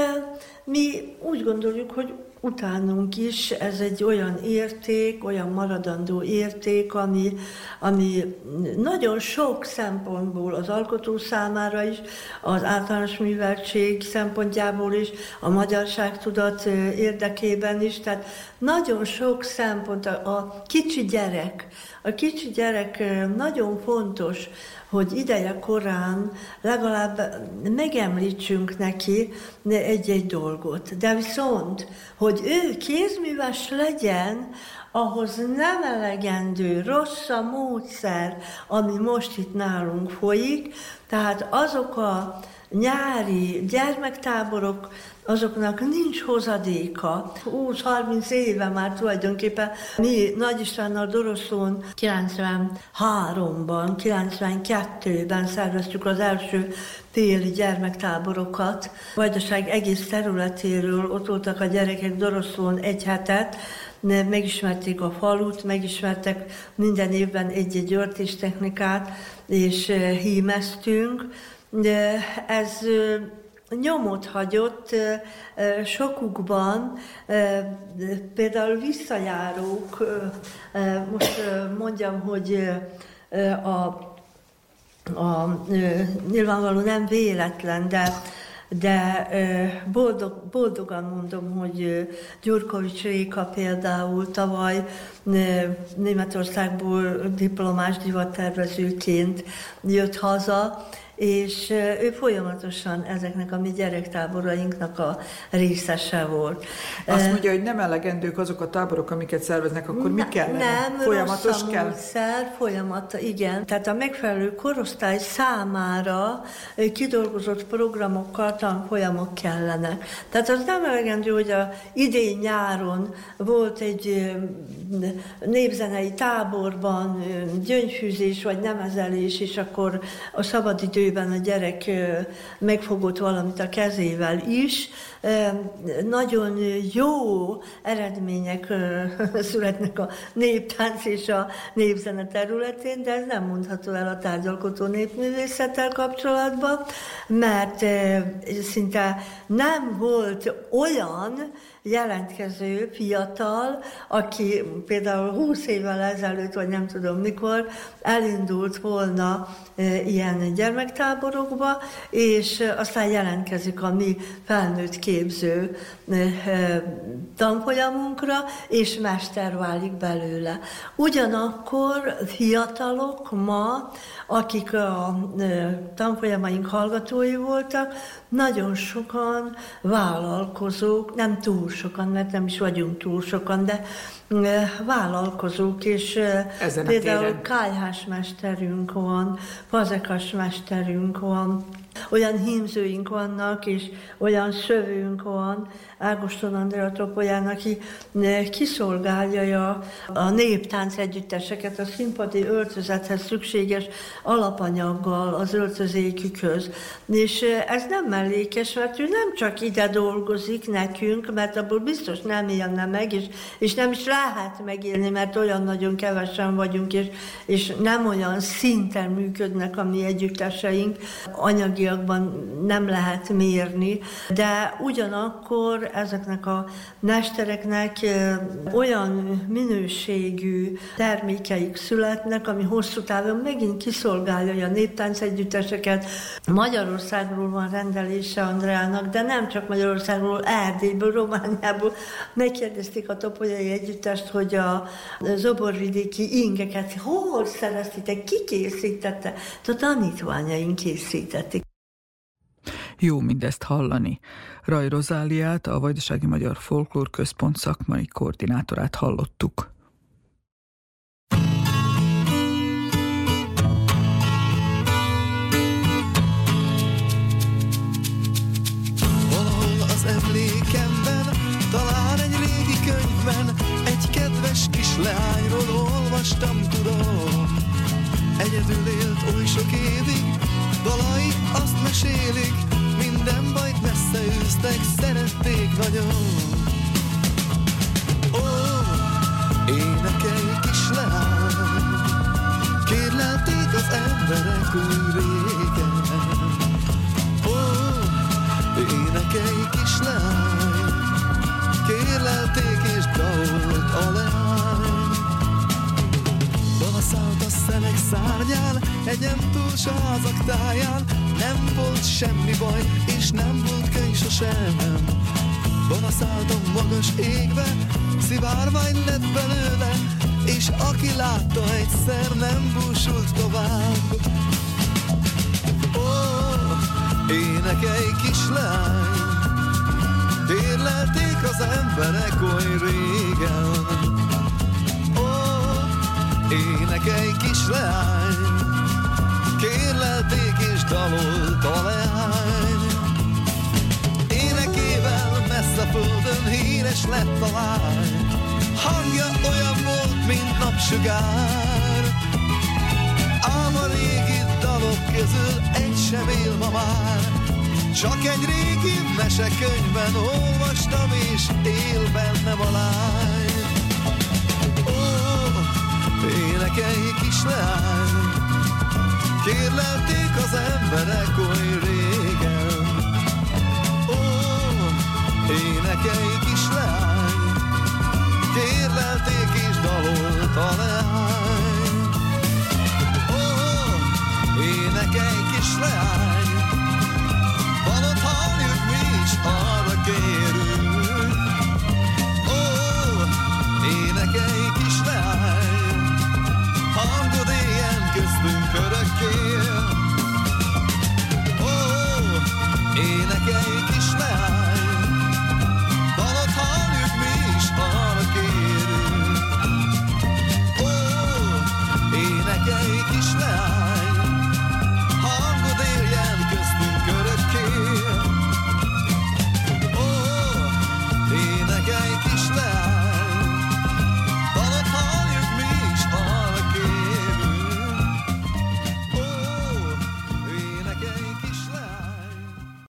mi úgy gondoljuk, hogy utánunk is ez egy olyan érték, olyan maradandó érték, ami, ami nagyon sok szempontból az alkotó számára is, az általános műveltség szempontjából is, a magyarságtudat érdekében is, tehát nagyon sok szempont, a, a kicsi gyerek, a kicsi gyerek nagyon fontos, hogy ideje korán legalább megemlítsünk neki egy-egy dolgot. De viszont, hogy ő kézműves legyen, ahhoz nem elegendő rossz a módszer, ami most itt nálunk folyik, tehát azok a nyári gyermektáborok, azoknak nincs hozadéka. húsz-harminc éve már tulajdonképpen mi Nagy Istvánnal Doroszlón kilencvenháromban, kilencvenkettőben szerveztük az első téli gyermektáborokat. Vajdaság egész területéről ott voltak a gyerekek Doroszlón egy hetet, megismerték a falut, megismertek minden évben egy-egy öltéstechnikát, és hímeztünk. Ez nyomot hagyott sokukban, például visszajárók, most mondjam, hogy a, a nyilvánvaló nem véletlen, de de boldog, boldogan mondom, hogy Gyurkovics Réka például tavaly Németországból diplomás divattervezőként jött haza, és ő folyamatosan ezeknek a mi gyerektáborainknak a részese volt. Azt mondja, hogy nem elegendők azok a táborok, amiket szerveznek, akkor mi kellene? Nem, folyamatos kell? Szer, folyamata, igen. Tehát a megfelelő korosztály számára kidolgozott programokkal, tanfolyamok kellenek. Tehát az nem elegendő, hogy a idén nyáron volt egy népzenei táborban gyöngyfűzés vagy nemezelés, és akkor a szabadidő a gyerek megfogott valamit a kezével is. Nagyon jó eredmények születnek a néptánc és a népzene területén, de ez nem mondható el a tárgyalkodó népművészettel kapcsolatban, mert szinte nem volt olyan jelentkező fiatal, aki például húsz évvel ezelőtt, vagy nem tudom mikor, elindult volna e, ilyen gyermektáborokba, és aztán jelentkezik a mi felnőtt képző e, e, tanfolyamunkra, és mester válik belőle. Ugyanakkor fiatalok ma, akik a e, tanfolyamaink hallgatói voltak, nagyon sokan vállalkozók, nem túl sokan, mert nem is vagyunk túl sokan, de vállalkozók, és ezen például kályhás mesterünk van, fazekas mesterünk van, olyan hímzőink vannak, és olyan szövőnk van, Ágoston Andrea Topolyán, aki kiszolgálja a, a néptánc együtteseket a színpadi öltözethez szükséges alapanyaggal az öltözékükhöz. És ez nem mellékes, mert ő nem csak ide dolgozik nekünk, mert abból biztos nem élne meg, és, és nem is lehet megélni, mert olyan nagyon kevesen vagyunk, és, és nem olyan szinten működnek a mi együtteseink, anyagiakban nem lehet mérni, de ugyanakkor ezeknek a mestereknek olyan minőségű termékeik születnek, ami hosszú távon megint kiszolgálja a néptánc együtteseket. Magyarországról van rendelése Andreának, de nem csak Magyarországról, Erdélyből, Romániából. Megkérdezték a Topolyai Együttest, hogy a zoborvidéki ingeket hol szereztétek, ki készítette? A tanítványaink készítették. Jó mindezt hallani. Ray Rozáliát, a Vajdasági Magyar Folklór Központ szakmai koordinátorát hallottuk. Valahol az emlékemben, talán egy régi könyvben, egy kedves kis leányról olvastam, tudom. Egyedül élt oly sok évig, dalai azt mesélik, minden bajt messze űztek, szerették nagyon. Ó, énekelj kislány, kérlelték az emberek új régen. Ó, énekelj kislány, kérlelték és dalolt a leány. Balaszállt a szelek szárnyán, egyen túlsa házak táján, nem volt semmi baj, és nem volt könyv sosem. Banaszálltam magas égbe, szivárvány lett belőle, és aki látta egyszer, nem búsult tovább. Ó, énekelj kislány, kérlelték az emberek oly régen. Ó, énekelj kislány, kérlelték és dalolt a leány. Énekével messze földön híres lett a lány, hangja olyan volt, mint napsugár. Ám a régi dalok közül egy sem él ma már, csak egy régi mesekönyvben olvastam, és él bennem a lány. Ó, énekelj kislány, kérlelték az emberek oly régen. Ó, énekelj